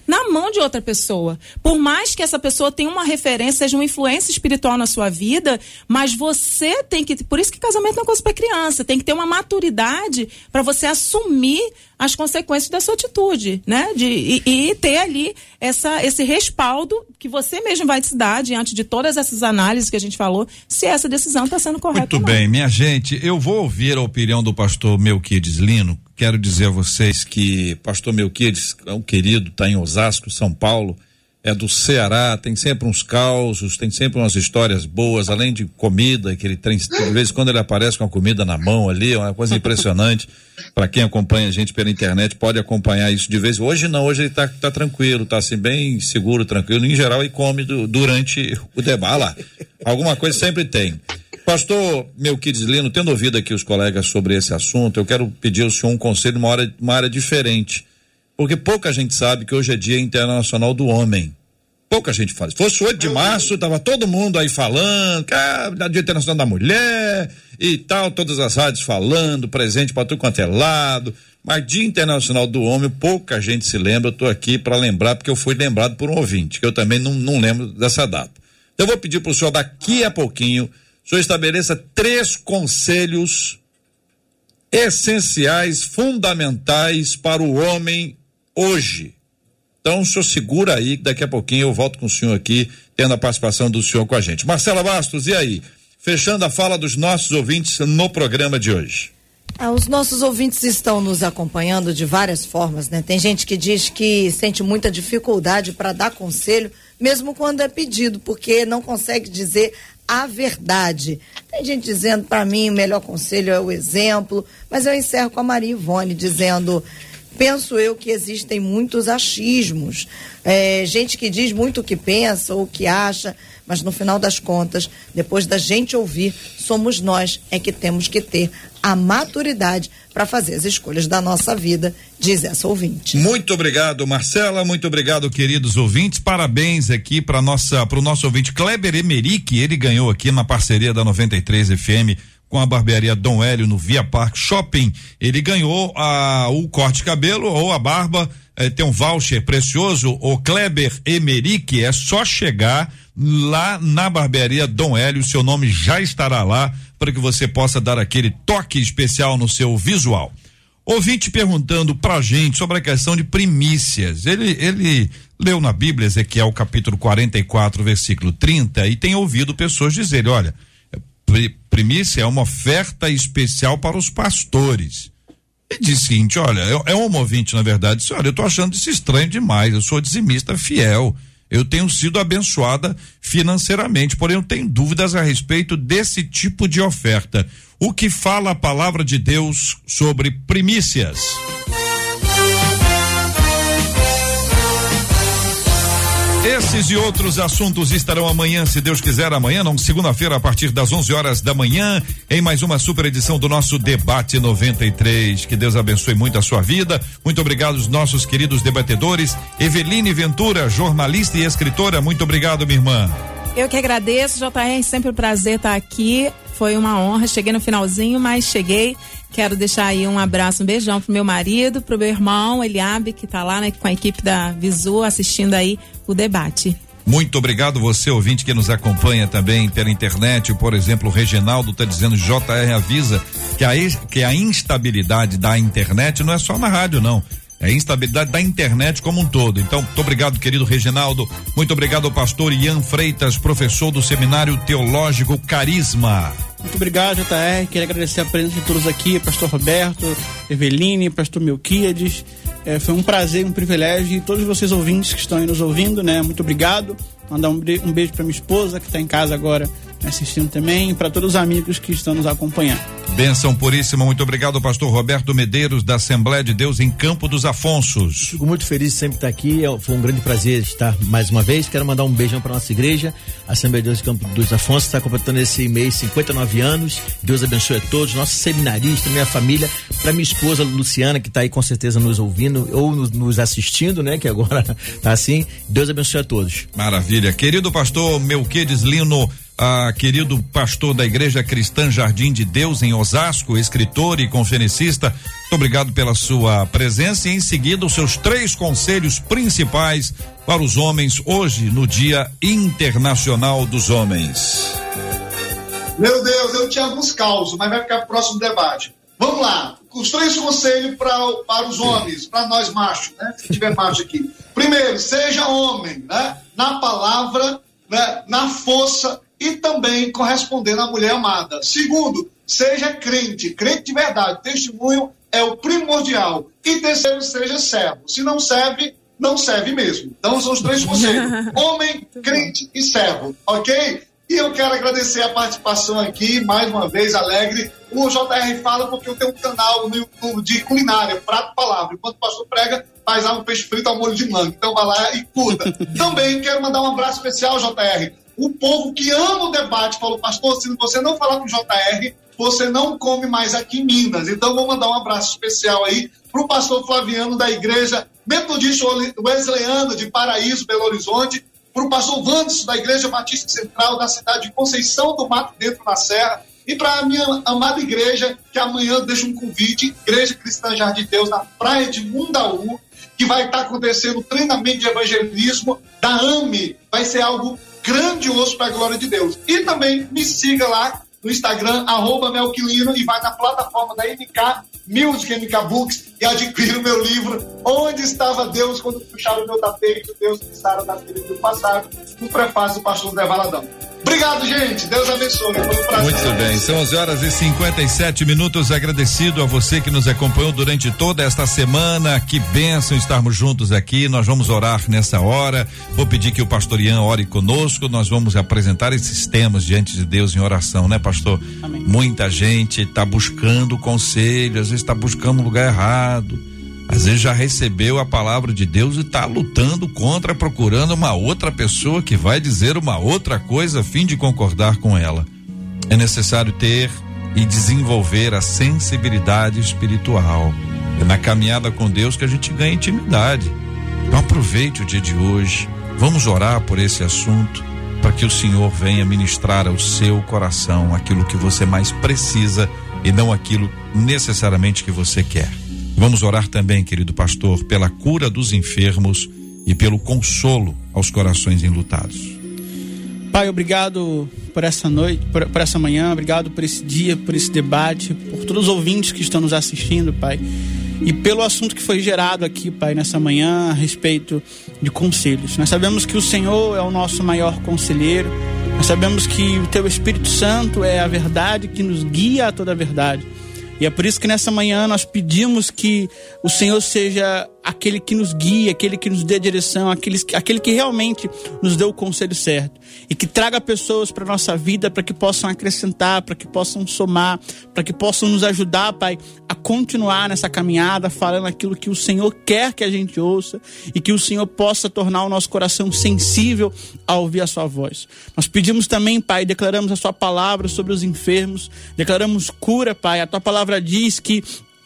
Speaker 8: na mão de outra pessoa. Por mais que essa pessoa tenha uma referência, seja uma influência espiritual na sua vida, mas você tem que, por isso que casamento não é coisa para criança, tem que ter uma maturidade para você assumir as consequências da sua atitude, né? De, e, e ter ali essa, esse respaldo que você mesmo vai se dar diante de todas essas análises que a gente falou, se essa decisão está sendo correta.
Speaker 2: Muito bem, minha gente, eu vou ouvir a opinião do pastor Melquiades Lino. Quero dizer a vocês que pastor Melquiades é um querido, está em Osasco, São Paulo, é do Ceará, tem sempre uns causos, tem sempre umas histórias boas, além de comida, que ele tem, de vez em quando ele aparece com a comida na mão ali, é uma coisa impressionante. Para quem acompanha a gente pela internet, pode acompanhar isso de vez. Hoje não, hoje ele tá, tá tranquilo, tá assim, bem seguro, tranquilo. Em geral, ele come do, durante o debate lá. Alguma coisa sempre tem. Pastor Melquiades Lino, tendo ouvido aqui os colegas sobre esse assunto, eu quero pedir ao senhor um conselho numa área, uma área diferente. Porque pouca gente sabe que hoje é Dia Internacional do Homem. Pouca gente fala. Se fosse oito de março, tava todo mundo aí falando, que é Dia Internacional da Mulher e tal, todas as rádios falando, presente para tudo quanto é lado. Mas Dia Internacional do Homem, pouca gente se lembra. Eu tô aqui para lembrar, porque eu fui lembrado por um ouvinte, que eu também não, não lembro dessa data. Então eu vou pedir pro senhor daqui a pouquinho, o senhor estabeleça três conselhos essenciais, fundamentais para o homem hoje. Então, o senhor segura aí, que daqui a pouquinho eu volto com o senhor aqui, tendo a participação do senhor com a gente. Marcela Bastos, e aí? Fechando a fala dos nossos ouvintes no programa de hoje.
Speaker 6: Ah, os nossos ouvintes estão nos acompanhando de várias formas, né? Tem gente que diz que sente muita dificuldade para dar conselho, mesmo quando é pedido, porque não consegue dizer a verdade. Tem gente dizendo, para mim, o melhor conselho é o exemplo, mas eu encerro com a Maria Ivone, dizendo... Penso eu que existem muitos achismos, é, gente que diz muito o que pensa ou o que acha, mas no final das contas, depois da gente ouvir, somos nós é que temos que ter a maturidade para fazer as escolhas da nossa vida, diz essa ouvinte.
Speaker 2: Muito obrigado, Marcela, muito obrigado, queridos ouvintes, parabéns aqui para nossa, para o nosso ouvinte Kleber Emerick, ele ganhou aqui na parceria da noventa e três F M com a barbearia Dom Hélio no Via Park Shopping. Ele ganhou a, o corte de cabelo ou a barba, eh, tem um voucher precioso. O Kleber Emerick, é só chegar lá na barbearia Dom Hélio, seu nome já estará lá para que você possa dar aquele toque especial no seu visual. Ouvinte perguntando pra gente sobre a questão de primícias. Ele, ele leu na Bíblia, Ezequiel capítulo quarenta e quatro, versículo trinta, e tem ouvido pessoas dizerem, olha, primícia é uma oferta especial para os pastores. Ele diz o seguinte, olha, é um ouvinte, na verdade, disse, olha, eu tô achando isso estranho demais, eu sou dizimista fiel, eu tenho sido abençoada financeiramente, porém eu tenho dúvidas a respeito desse tipo de oferta. O que fala a palavra de Deus sobre primícias? Esses e outros assuntos estarão amanhã, se Deus quiser, amanhã, não, segunda-feira, a partir das onze horas da manhã, em mais uma super edição do nosso Debate noventa e três. Que Deus abençoe muito a sua vida. Muito obrigado aos nossos queridos debatedores. Eveline Ventura, jornalista e escritora, muito obrigado, minha irmã.
Speaker 8: Eu que agradeço, J R, sempre um prazer estar aqui. Foi uma honra, cheguei no finalzinho, mas cheguei. Quero deixar aí um abraço, um beijão pro meu marido, pro meu irmão Eliabe, que tá lá, né, com a equipe da Visu assistindo aí o debate.
Speaker 2: Muito obrigado você, ouvinte, que nos acompanha também pela internet. Por exemplo, o Reginaldo está dizendo, J R avisa que a, que a instabilidade da internet não é só na rádio, não. É a instabilidade da internet como um todo. Então, muito obrigado, querido Reginaldo. Muito obrigado ao pastor Ian Freitas, professor do Seminário Teológico Carisma.
Speaker 3: Muito obrigado, J R. Queria agradecer a presença de todos aqui, pastor Roberto, Eveline, pastor Melquiades. É, foi um prazer, um privilégio, e todos vocês ouvintes que estão aí nos ouvindo, né? Muito obrigado. Mandar um, um beijo para minha esposa, que está em casa agora assistindo também, e para todos os amigos que estão nos acompanhando.
Speaker 2: Bênção puríssima, muito obrigado, pastor Roberto Medeiros, da Assembleia de Deus em Campo dos Afonsos.
Speaker 4: Fico muito feliz de sempre estar aqui, foi um grande prazer estar mais uma vez. Quero mandar um beijão para nossa igreja, a Assembleia de Deus em Campo dos Afonsos, está completando esse mês cinquenta e nove anos. Deus abençoe a todos, nossos seminaristas, minha família, para minha esposa Luciana, que está aí com certeza nos ouvindo ou nos, nos assistindo, né, que agora tá assim. Deus abençoe a todos.
Speaker 2: Maravilha. Querido pastor Melquiades Lino, a querido pastor da Igreja Cristã Jardim de Deus em Osasco, escritor e conferencista. Muito obrigado pela sua presença e em seguida os seus três conselhos principais para os homens hoje no Dia Internacional dos Homens.
Speaker 5: Meu Deus, eu tinha alguns causos, mas vai ficar pro próximo debate. Vamos lá, os três conselhos pra, para os homens, para nós machos, né? Se tiver macho aqui. Primeiro, seja homem, né? Na palavra, né? Na força e também correspondendo à mulher amada. Segundo, seja crente, crente de verdade. Testemunho é o primordial. E terceiro, seja servo. Se não serve, não serve mesmo. Então são os três conselhos: homem, crente e servo, ok? E eu quero agradecer a participação aqui, mais uma vez, alegre. O J R fala porque eu tenho um canal no YouTube de culinária, Prato Palavra. Enquanto o pastor prega, faz um peixe frito ao molho de manga. Então vai lá e curta. Também quero mandar um abraço especial, J R. O povo que ama o debate falou: pastor, se você não falar com o J R, você não come mais aqui em Minas. Então vou mandar um abraço especial aí para o pastor Flaviano da Igreja Metodista Wesleyana de Paraíso, Belo Horizonte, para o pastor Vandes da Igreja Batista Central da cidade de Conceição do Mato Dentro da Serra, e para a minha amada igreja, que amanhã deixa um convite, Igreja Cristã Jardim de Deus, na praia de Mundaú, que vai estar acontecendo o treinamento de evangelismo da A M E. Vai ser algo grandioso para a glória de Deus. E também me siga lá no Instagram, arroba Melquilino, e vai na plataforma da M K Music, M K Books, e adquira o meu livro, Onde Estava Deus Quando Puxaram o Meu Tapete, o Deus que Sara das Feridas do Passado, no prefácio do pastor Zé Valadão. Obrigado, gente. Deus abençoe. Foi um prazer.
Speaker 2: Muito bem. São onze horas e cinquenta e sete minutos. Agradecido a você que nos acompanhou durante toda esta semana. Que bênção estarmos juntos aqui. Nós vamos orar nessa hora. Vou pedir que o pastor Ian ore conosco. Nós vamos apresentar esses temas diante de Deus em oração, né, pastor? Amém. Muita gente está buscando conselho, às vezes está buscando um lugar errado. Às vezes já recebeu a palavra de Deus e está lutando contra, procurando uma outra pessoa que vai dizer uma outra coisa a fim de concordar com ela. É necessário ter e desenvolver a sensibilidade espiritual. É na caminhada com Deus que a gente ganha intimidade. Então aproveite o dia de hoje. Vamos orar por esse assunto para que o Senhor venha ministrar ao seu coração aquilo que você mais precisa e não aquilo necessariamente que você quer. Vamos orar também, querido pastor, pela cura dos enfermos e pelo consolo aos corações enlutados.
Speaker 3: Pai, obrigado por essa noite, por, por essa manhã, obrigado por esse dia, por esse debate, por todos os ouvintes que estão nos assistindo, Pai. E pelo assunto que foi gerado aqui, Pai, nessa manhã, a respeito de conselhos. Nós sabemos que o Senhor é o nosso maior conselheiro. Nós sabemos que o Teu Espírito Santo é a verdade que nos guia a toda a verdade. E é por isso que nessa manhã nós pedimos que o Senhor seja aquele que nos guia, aquele que nos dê direção, aquele, aquele que realmente nos dê o conselho certo. E que traga pessoas para a nossa vida para que possam acrescentar, para que possam somar, para que possam nos ajudar, Pai, a continuar nessa caminhada, falando aquilo que o Senhor quer que a gente ouça e que o Senhor possa tornar o nosso coração sensível a ouvir a sua voz. Nós pedimos também, Pai, declaramos a sua palavra sobre os enfermos, declaramos cura, Pai. A tua palavra diz que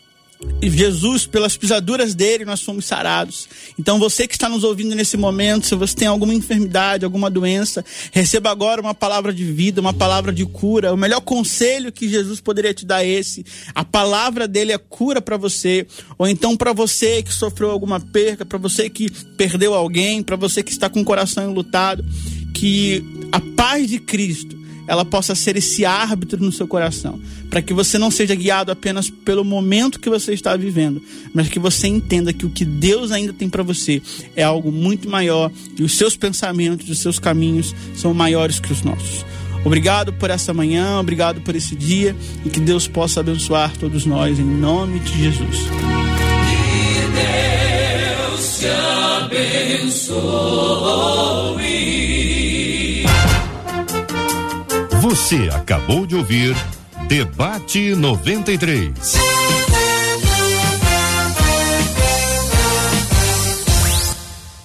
Speaker 3: Jesus, pelas pisaduras dele, nós fomos sarados. Então você que está nos ouvindo nesse momento, se você tem alguma enfermidade, alguma doença, receba agora uma palavra de vida, uma palavra de cura. O melhor conselho que Jesus poderia te dar é esse. A palavra dele é cura para você. Ou então para você que sofreu alguma perca, para você que perdeu alguém, para você que está com o coração enlutado, que a paz de Cristo ela possa ser esse árbitro no seu coração, para que você não seja guiado apenas pelo momento que você está vivendo, mas que você entenda que o que Deus ainda tem para você é algo muito maior, e os seus pensamentos, os seus caminhos são maiores que os nossos. Obrigado por essa manhã, obrigado por esse dia, e que Deus possa abençoar todos nós, em nome de Jesus.
Speaker 7: Que Deus te abençoe.
Speaker 1: Você acabou de ouvir Debate noventa e três.